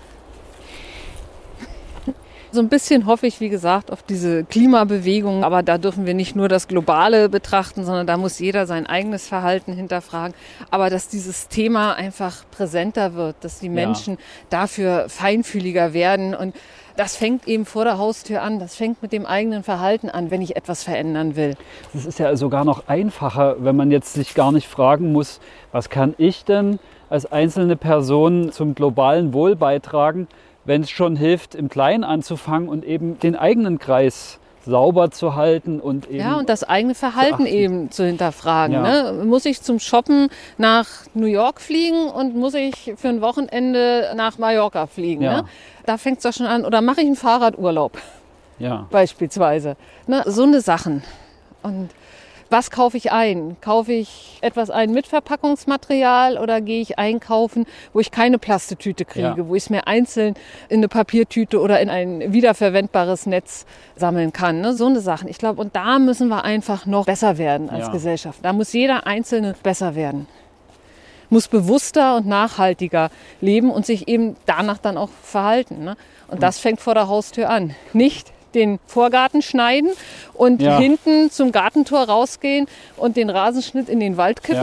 So ein bisschen hoffe ich, wie gesagt, auf diese Klimabewegung. Aber da dürfen wir nicht nur das Globale betrachten, sondern da muss jeder sein eigenes Verhalten hinterfragen. Aber dass dieses Thema einfach präsenter wird, dass die Menschen dafür feinfühliger werden. Und das fängt eben vor der Haustür an. Das fängt mit dem eigenen Verhalten an, wenn ich etwas verändern will. Das ist ja sogar noch einfacher, wenn man jetzt sich gar nicht fragen muss, was kann ich denn als einzelne Person zum globalen Wohl beitragen, wenn es schon hilft, im Kleinen anzufangen und eben den eigenen Kreis sauber zu halten und eben Ja, und das eigene Verhalten eben zu hinterfragen. Ja. Ne? Muss ich zum Shoppen nach New York fliegen und muss ich für ein Wochenende nach Mallorca fliegen? Ja. Ne? Da fängt es doch schon an. Oder mache ich einen Fahrradurlaub ja. beispielsweise? Ne? So eine Sachen. Und was kaufe ich ein? Kaufe ich etwas ein mit Verpackungsmaterial oder gehe ich einkaufen, wo ich keine Plastetüte kriege, Ja. wo ich es mir einzeln in eine Papiertüte oder in ein wiederverwendbares Netz sammeln kann? Ne? So eine Sachen. Ich glaube, und da müssen wir einfach noch besser werden als Ja. Gesellschaft. Da muss jeder Einzelne besser werden. Muss bewusster und nachhaltiger leben und sich eben danach dann auch verhalten. Ne? Und das fängt vor der Haustür an. Nicht den Vorgarten schneiden und Ja. hinten zum Gartentor rausgehen und den Rasenschnitt in den Wald kippen,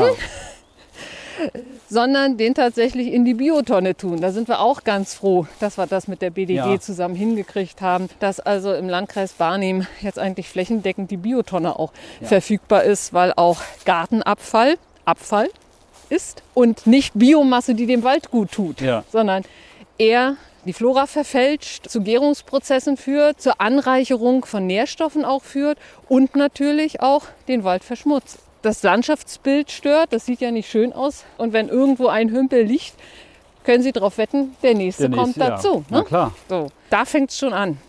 Ja. sondern den tatsächlich in die Biotonne tun. Da sind wir auch ganz froh, dass wir das mit der BDG Ja. zusammen hingekriegt haben, dass also im Landkreis Barnim jetzt eigentlich flächendeckend die Biotonne auch verfügbar ist, weil auch Gartenabfall Abfall ist und nicht Biomasse, die dem Wald gut tut, Ja. sondern eher die Flora verfälscht, zu Gärungsprozessen führt, zur Anreicherung von Nährstoffen auch führt und natürlich auch den Wald verschmutzt. Das Landschaftsbild stört, das sieht ja nicht schön aus. Und wenn irgendwo ein Hümpel liegt, können Sie darauf wetten, der nächste kommt dazu. Ja. Na Ne? klar. So, da fängt es schon an,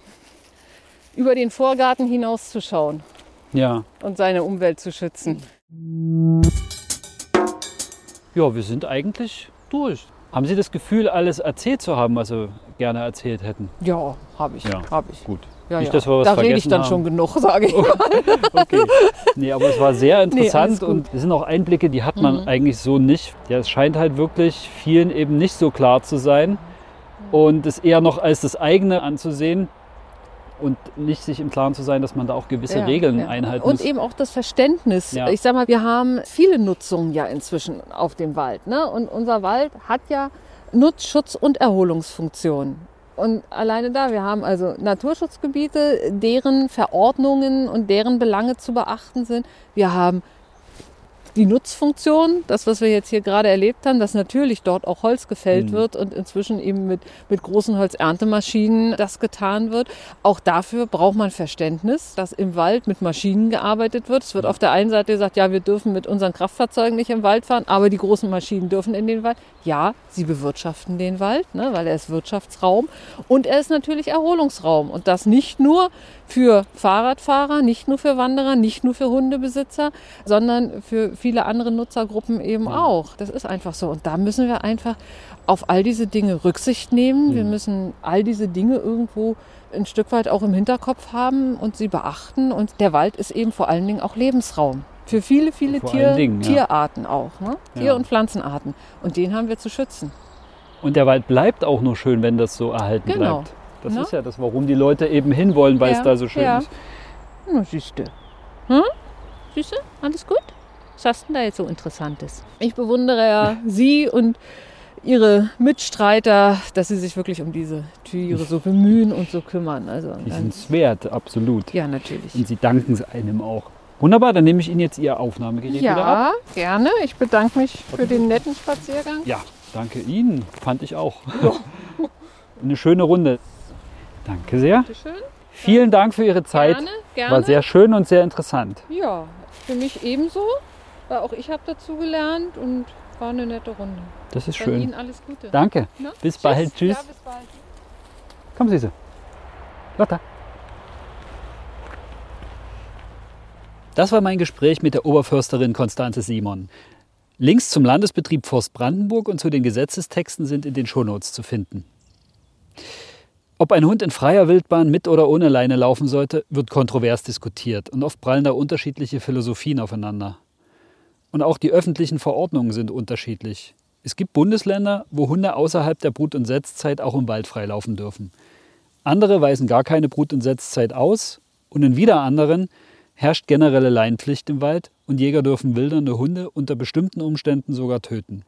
über den Vorgarten hinauszuschauen Ja. und seine Umwelt zu schützen. Ja, wir sind eigentlich durch. Haben Sie das Gefühl, alles erzählt zu haben, was Sie gerne erzählt hätten? Ja, habe ich. Ja. Hab ich. Gut. Ja, Nicht, ja. dass wir was Da rede ich vergessen dann haben. schon genug, sage ich. Okay. Nee, aber es war sehr alles interessant gut. und es sind auch Einblicke, die hat man eigentlich so nicht. Ja, es scheint halt wirklich vielen eben nicht so klar zu sein und es eher noch als das eigene anzusehen und nicht sich im Klaren zu sein, dass man da auch gewisse Regeln einhalten und muss. eben auch das Verständnis. Ja. Ich sag mal, wir haben viele Nutzungen ja inzwischen auf dem Wald. Ne? Und unser Wald hat ja Nutz-, Schutz- und Erholungsfunktionen. Und alleine da, wir haben also Naturschutzgebiete, deren Verordnungen und deren Belange zu beachten sind. Wir haben die Nutzfunktion, das, was wir jetzt hier gerade erlebt haben, dass natürlich dort auch Holz gefällt wird und inzwischen eben mit großen Holzerntemaschinen das getan wird. Auch dafür braucht man Verständnis, dass im Wald mit Maschinen gearbeitet wird. Es wird auf der einen Seite gesagt, ja, wir dürfen mit unseren Kraftfahrzeugen nicht im Wald fahren, aber die großen Maschinen dürfen in den Wald. Ja, sie bewirtschaften den Wald, ne, weil er ist Wirtschaftsraum und er ist natürlich Erholungsraum. Und das nicht nur für Fahrradfahrer, nicht nur für Wanderer, nicht nur für Hundebesitzer, sondern für viele andere Nutzergruppen eben auch. Das ist einfach so. Und da müssen wir einfach auf all diese Dinge Rücksicht nehmen. Wir müssen all diese Dinge irgendwo ein Stück weit auch im Hinterkopf haben und sie beachten. Und der Wald ist eben vor allen Dingen auch Lebensraum. Für viele, viele Vor allen Dingen, ja. Tierarten auch. Ne? Ja. Tier- und Pflanzenarten. Und den haben wir zu schützen. Und der Wald bleibt auch nur schön, wenn das so erhalten Genau. bleibt. Das Ne? ist ja das, warum die Leute eben hinwollen, weil es da so schön ist. Na, siehst du. Hm? Siehst du? Alles gut? Was hast du denn da jetzt so Interessantes? Ich bewundere ja Sie und Ihre Mitstreiter, dass Sie sich wirklich um diese Tiere so bemühen und so kümmern. Also Die sind es wert, absolut. ja, natürlich. Und sie danken es einem auch. Wunderbar, dann nehme ich Ihnen jetzt Ihr Aufnahmegerät wieder ab. Ja, gerne. Ich bedanke mich für den netten Spaziergang. Ja, danke Ihnen, fand ich auch. Eine schöne Runde. Danke sehr. Bitte schön. Vielen Dank für Ihre Zeit. Gerne, gerne. War sehr schön und sehr interessant. Ja, für mich ebenso. Weil auch ich habe dazu gelernt und war eine nette Runde. Das ist Dann schön. Ihnen alles Gute. Danke. Ne? Bis bald. Tschüss. Ja, bis bald. Komm, Süße. Lotta. Das war mein Gespräch mit der Oberförsterin Konstanze Simon. Links zum Landesbetrieb Forst Brandenburg und zu den Gesetzestexten sind in den Shownotes zu finden. Ob ein Hund in freier Wildbahn mit oder ohne Leine laufen sollte, wird kontrovers diskutiert und oft prallen da unterschiedliche Philosophien aufeinander. Und auch die öffentlichen Verordnungen sind unterschiedlich. Es gibt Bundesländer, wo Hunde außerhalb der Brut- und Setzzeit auch im Wald freilaufen dürfen. Andere weisen gar keine Brut- und Setzzeit aus und in wieder anderen herrscht generelle Leinenpflicht im Wald und Jäger dürfen wildernde Hunde unter bestimmten Umständen sogar töten.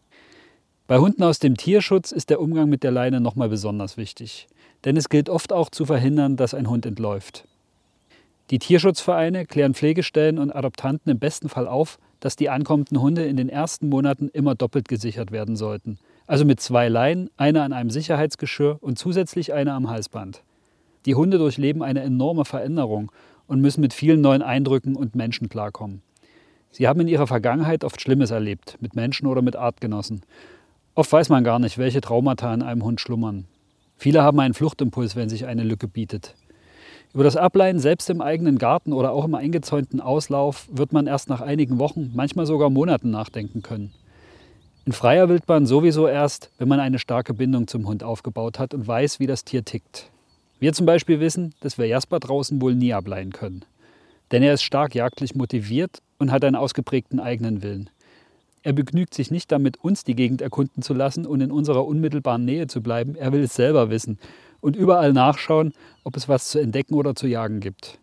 Bei Hunden aus dem Tierschutz ist der Umgang mit der Leine nochmal besonders wichtig, denn es gilt oft auch zu verhindern, dass ein Hund entläuft. Die Tierschutzvereine klären Pflegestellen und Adoptanten im besten Fall auf, dass die ankommenden Hunde in den ersten Monaten immer doppelt gesichert werden sollten. Also mit 2 Leinen, eine an einem Sicherheitsgeschirr und zusätzlich eine am Halsband. Die Hunde durchleben eine enorme Veränderung und müssen mit vielen neuen Eindrücken und Menschen klarkommen. Sie haben in ihrer Vergangenheit oft Schlimmes erlebt, mit Menschen oder mit Artgenossen. Oft weiß man gar nicht, welche Traumata in einem Hund schlummern. Viele haben einen Fluchtimpuls, wenn sich eine Lücke bietet. Über das Ableihen selbst im eigenen Garten oder auch im eingezäunten Auslauf wird man erst nach einigen Wochen, manchmal sogar Monaten nachdenken können. In freier Wildbahn sowieso erst, wenn man eine starke Bindung zum Hund aufgebaut hat und weiß, wie das Tier tickt. Wir zum Beispiel wissen, dass wir Jasper draußen wohl nie ableihen können. Denn er ist stark jagdlich motiviert und hat einen ausgeprägten eigenen Willen. Er begnügt sich nicht damit, uns die Gegend erkunden zu lassen und in unserer unmittelbaren Nähe zu bleiben. Er will es selber wissen und überall nachschauen, ob es was zu entdecken oder zu jagen gibt.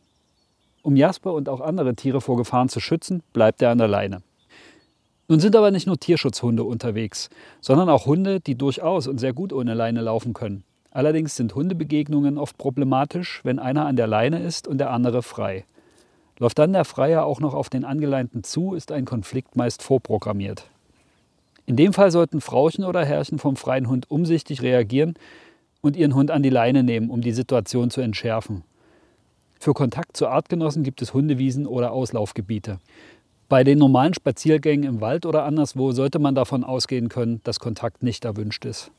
Um Jasper und auch andere Tiere vor Gefahren zu schützen, bleibt er an der Leine. Nun sind aber nicht nur Tierschutzhunde unterwegs, sondern auch Hunde, die durchaus und sehr gut ohne Leine laufen können. Allerdings sind Hundebegegnungen oft problematisch, wenn einer an der Leine ist und der andere frei. Läuft dann der Freier auch noch auf den Angeleinten zu, ist ein Konflikt meist vorprogrammiert. In dem Fall sollten Frauchen oder Herrchen vom freien Hund umsichtig reagieren und ihren Hund an die Leine nehmen, um die Situation zu entschärfen. Für Kontakt zu Artgenossen gibt es Hundewiesen oder Auslaufgebiete. Bei den normalen Spaziergängen im Wald oder anderswo sollte man davon ausgehen können, dass Kontakt nicht erwünscht ist.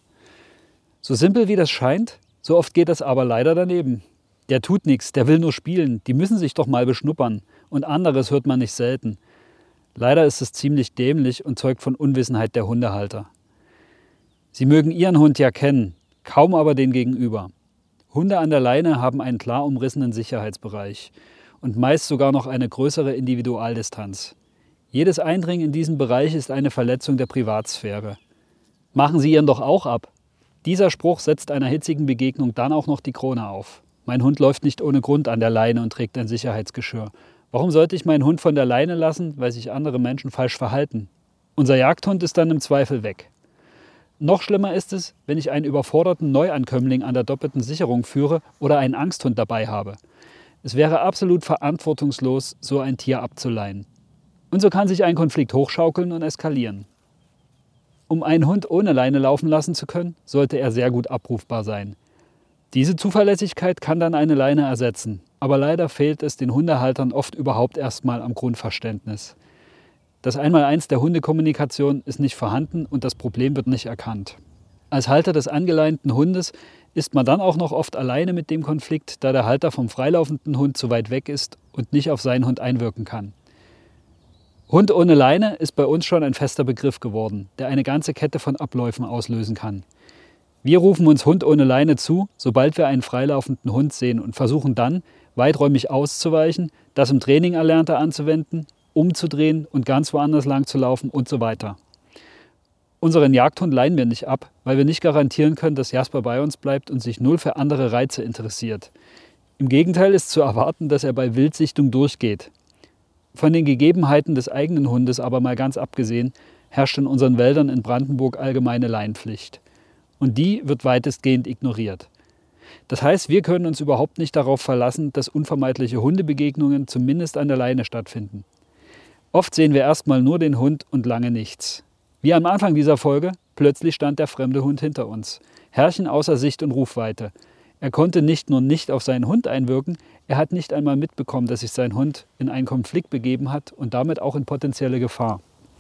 So simpel wie das scheint, so oft geht das aber leider daneben. Der tut nichts, der will nur spielen, die müssen sich doch mal beschnuppern. Und anderes hört man nicht selten. Leider ist es ziemlich dämlich und zeugt von Unwissenheit der Hundehalter. Sie mögen ihren Hund ja kennen, kaum aber den Gegenüber. Hunde an der Leine haben einen klar umrissenen Sicherheitsbereich und meist sogar noch eine größere Individualdistanz. Jedes Eindringen in diesen Bereich ist eine Verletzung der Privatsphäre. Machen Sie ihren doch auch ab. Dieser Spruch setzt einer hitzigen Begegnung dann auch noch die Krone auf. Mein Hund läuft nicht ohne Grund an der Leine und trägt ein Sicherheitsgeschirr. Warum sollte ich meinen Hund von der Leine lassen, weil sich andere Menschen falsch verhalten? Unser Jagdhund ist dann im Zweifel weg. Noch schlimmer ist es, wenn ich einen überforderten Neuankömmling an der doppelten Sicherung führe oder einen Angsthund dabei habe. Es wäre absolut verantwortungslos, so ein Tier abzuleihen. Und so kann sich ein Konflikt hochschaukeln und eskalieren. Um einen Hund ohne Leine laufen lassen zu können, sollte er sehr gut abrufbar sein. Diese Zuverlässigkeit kann dann eine Leine ersetzen, aber leider fehlt es den Hundehaltern oft überhaupt erstmal am Grundverständnis. Das Einmaleins der Hundekommunikation ist nicht vorhanden und das Problem wird nicht erkannt. Als Halter des angeleinten Hundes ist man dann auch noch oft alleine mit dem Konflikt, da der Halter vom freilaufenden Hund zu weit weg ist und nicht auf seinen Hund einwirken kann. Hund ohne Leine ist bei uns schon ein fester Begriff geworden, der eine ganze Kette von Abläufen auslösen kann. Wir rufen uns Hund ohne Leine zu, sobald wir einen freilaufenden Hund sehen und versuchen dann, weiträumig auszuweichen, das im Training Erlernte anzuwenden, umzudrehen und ganz woanders lang zu laufen und so weiter. Unseren Jagdhund leihen wir nicht ab, weil wir nicht garantieren können, dass Jasper bei uns bleibt und sich null für andere Reize interessiert. Im Gegenteil ist zu erwarten, dass er bei Wildsichtung durchgeht. Von den Gegebenheiten des eigenen Hundes aber mal ganz abgesehen, herrscht in unseren Wäldern in Brandenburg allgemeine Leinenpflicht. Und die wird weitestgehend ignoriert. Das heißt, wir können uns überhaupt nicht darauf verlassen, dass unvermeidliche Hundebegegnungen zumindest an der Leine stattfinden. Oft sehen wir erstmal nur den Hund und lange nichts. Wie am Anfang dieser Folge, plötzlich stand der fremde Hund hinter uns. Herrchen außer Sicht und Rufweite. Er konnte nicht nur nicht auf seinen Hund einwirken, er hat nicht einmal mitbekommen, dass sich sein Hund in einen Konflikt begeben hat und damit auch in potenzielle Gefahr.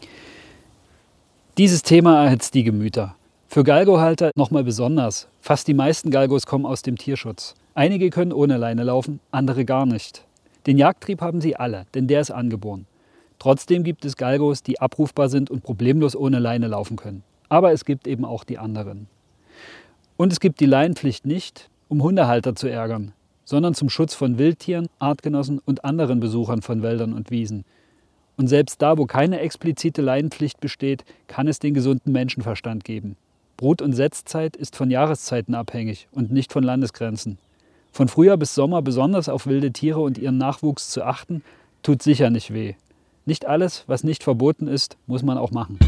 Dieses Thema erhitzt die Gemüter. Für Galgohalter nochmal besonders. Fast die meisten Galgos kommen aus dem Tierschutz. Einige können ohne Leine laufen, andere gar nicht. Den Jagdtrieb haben sie alle, denn der ist angeboren. Trotzdem gibt es Galgos, die abrufbar sind und problemlos ohne Leine laufen können. Aber es gibt eben auch die anderen. Und es gibt die Leinenpflicht nicht, um Hundehalter zu ärgern, sondern zum Schutz von Wildtieren, Artgenossen und anderen Besuchern von Wäldern und Wiesen. Und selbst da, wo keine explizite Leinenpflicht besteht, kann es den gesunden Menschenverstand geben. Brut- und Setzzeit ist von Jahreszeiten abhängig und nicht von Landesgrenzen. Von Frühjahr bis Sommer besonders auf wilde Tiere und ihren Nachwuchs zu achten, tut sicher nicht weh. Nicht alles, was nicht verboten ist, muss man auch machen.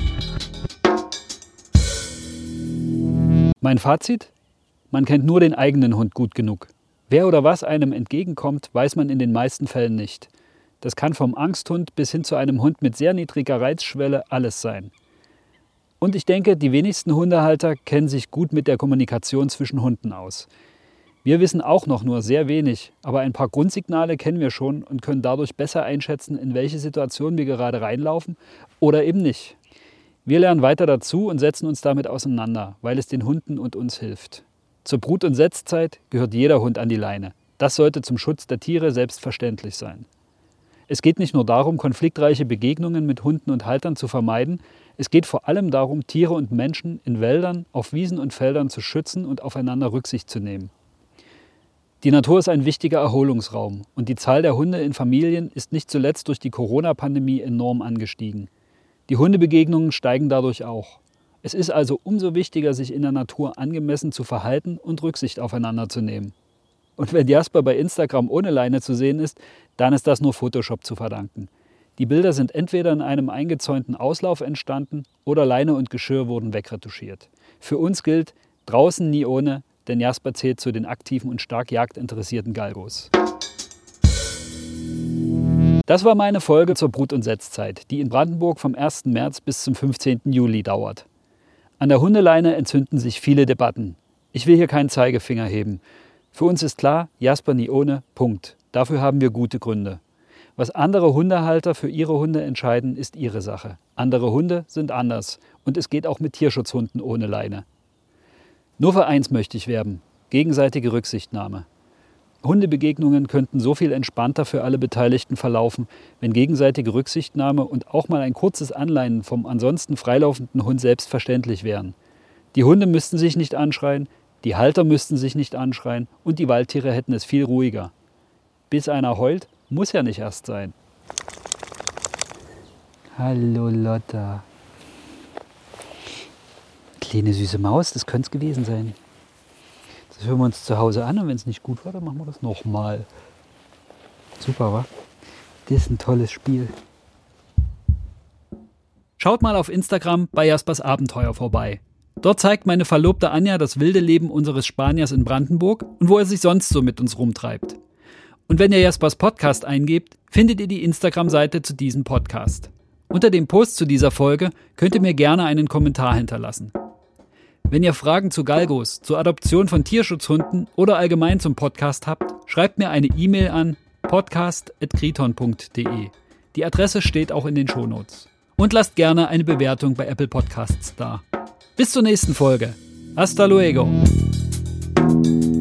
Mein Fazit? Man kennt nur den eigenen Hund gut genug. Wer oder was einem entgegenkommt, weiß man in den meisten Fällen nicht. Das kann vom Angsthund bis hin zu einem Hund mit sehr niedriger Reizschwelle alles sein. Und ich denke, die wenigsten Hundehalter kennen sich gut mit der Kommunikation zwischen Hunden aus. Wir wissen auch noch nur sehr wenig, aber ein paar Grundsignale kennen wir schon und können dadurch besser einschätzen, in welche Situation wir gerade reinlaufen oder eben nicht. Wir lernen weiter dazu und setzen uns damit auseinander, weil es den Hunden und uns hilft. Zur Brut- und Setzzeit gehört jeder Hund an die Leine. Das sollte zum Schutz der Tiere selbstverständlich sein. Es geht nicht nur darum, konfliktreiche Begegnungen mit Hunden und Haltern zu vermeiden, es geht vor allem darum, Tiere und Menschen in Wäldern, auf Wiesen und Feldern zu schützen und aufeinander Rücksicht zu nehmen. Die Natur ist ein wichtiger Erholungsraum und die Zahl der Hunde in Familien ist nicht zuletzt durch die Corona-Pandemie enorm angestiegen. Die Hundebegegnungen steigen dadurch auch. Es ist also umso wichtiger, sich in der Natur angemessen zu verhalten und Rücksicht aufeinander zu nehmen. Und wenn Jasper bei Instagram ohne Leine zu sehen ist, dann ist das nur Photoshop zu verdanken. Die Bilder sind entweder in einem eingezäunten Auslauf entstanden oder Leine und Geschirr wurden wegretuschiert. Für uns gilt, draußen nie ohne, denn Jasper zählt zu den aktiven und stark jagdinteressierten Galgos. Das war meine Folge zur Brut- und Setzzeit, die in Brandenburg vom 1. März bis zum 15. Juli dauert. An der Hundeleine entzünden sich viele Debatten. Ich will hier keinen Zeigefinger heben. Für uns ist klar, Jasper nie ohne, Punkt. Dafür haben wir gute Gründe. Was andere Hundehalter für ihre Hunde entscheiden, ist ihre Sache. Andere Hunde sind anders und es geht auch mit Tierschutzhunden ohne Leine. Nur für eins möchte ich werben: gegenseitige Rücksichtnahme. Hundebegegnungen könnten so viel entspannter für alle Beteiligten verlaufen, wenn gegenseitige Rücksichtnahme und auch mal ein kurzes Anleinen vom ansonsten freilaufenden Hund selbstverständlich wären. Die Hunde müssten sich nicht anschreien, die Halter müssten sich nicht anschreien und die Waldtiere hätten es viel ruhiger. Bis einer heult, muss ja nicht erst sein. Hallo Lotta. Kleine süße Maus, das könnte es gewesen sein. Das hören wir uns zu Hause an und wenn es nicht gut war, dann machen wir das nochmal. Super, wa? Das ist ein tolles Spiel. Schaut mal auf Instagram bei Jaspers Abenteuer vorbei. Dort zeigt meine Verlobte Anja das wilde Leben unseres Spaniers in Brandenburg und wo er sich sonst so mit uns rumtreibt. Und wenn ihr Jaspers Podcast eingebt, findet ihr die Instagram-Seite zu diesem Podcast. Unter dem Post zu dieser Folge könnt ihr mir gerne einen Kommentar hinterlassen. Wenn ihr Fragen zu Galgos, zur Adoption von Tierschutzhunden oder allgemein zum Podcast habt, schreibt mir eine E-Mail an podcast@kriton.de. Die Adresse steht auch in den Shownotes. Und lasst gerne eine Bewertung bei Apple Podcasts da. Bis zur nächsten Folge. Hasta luego.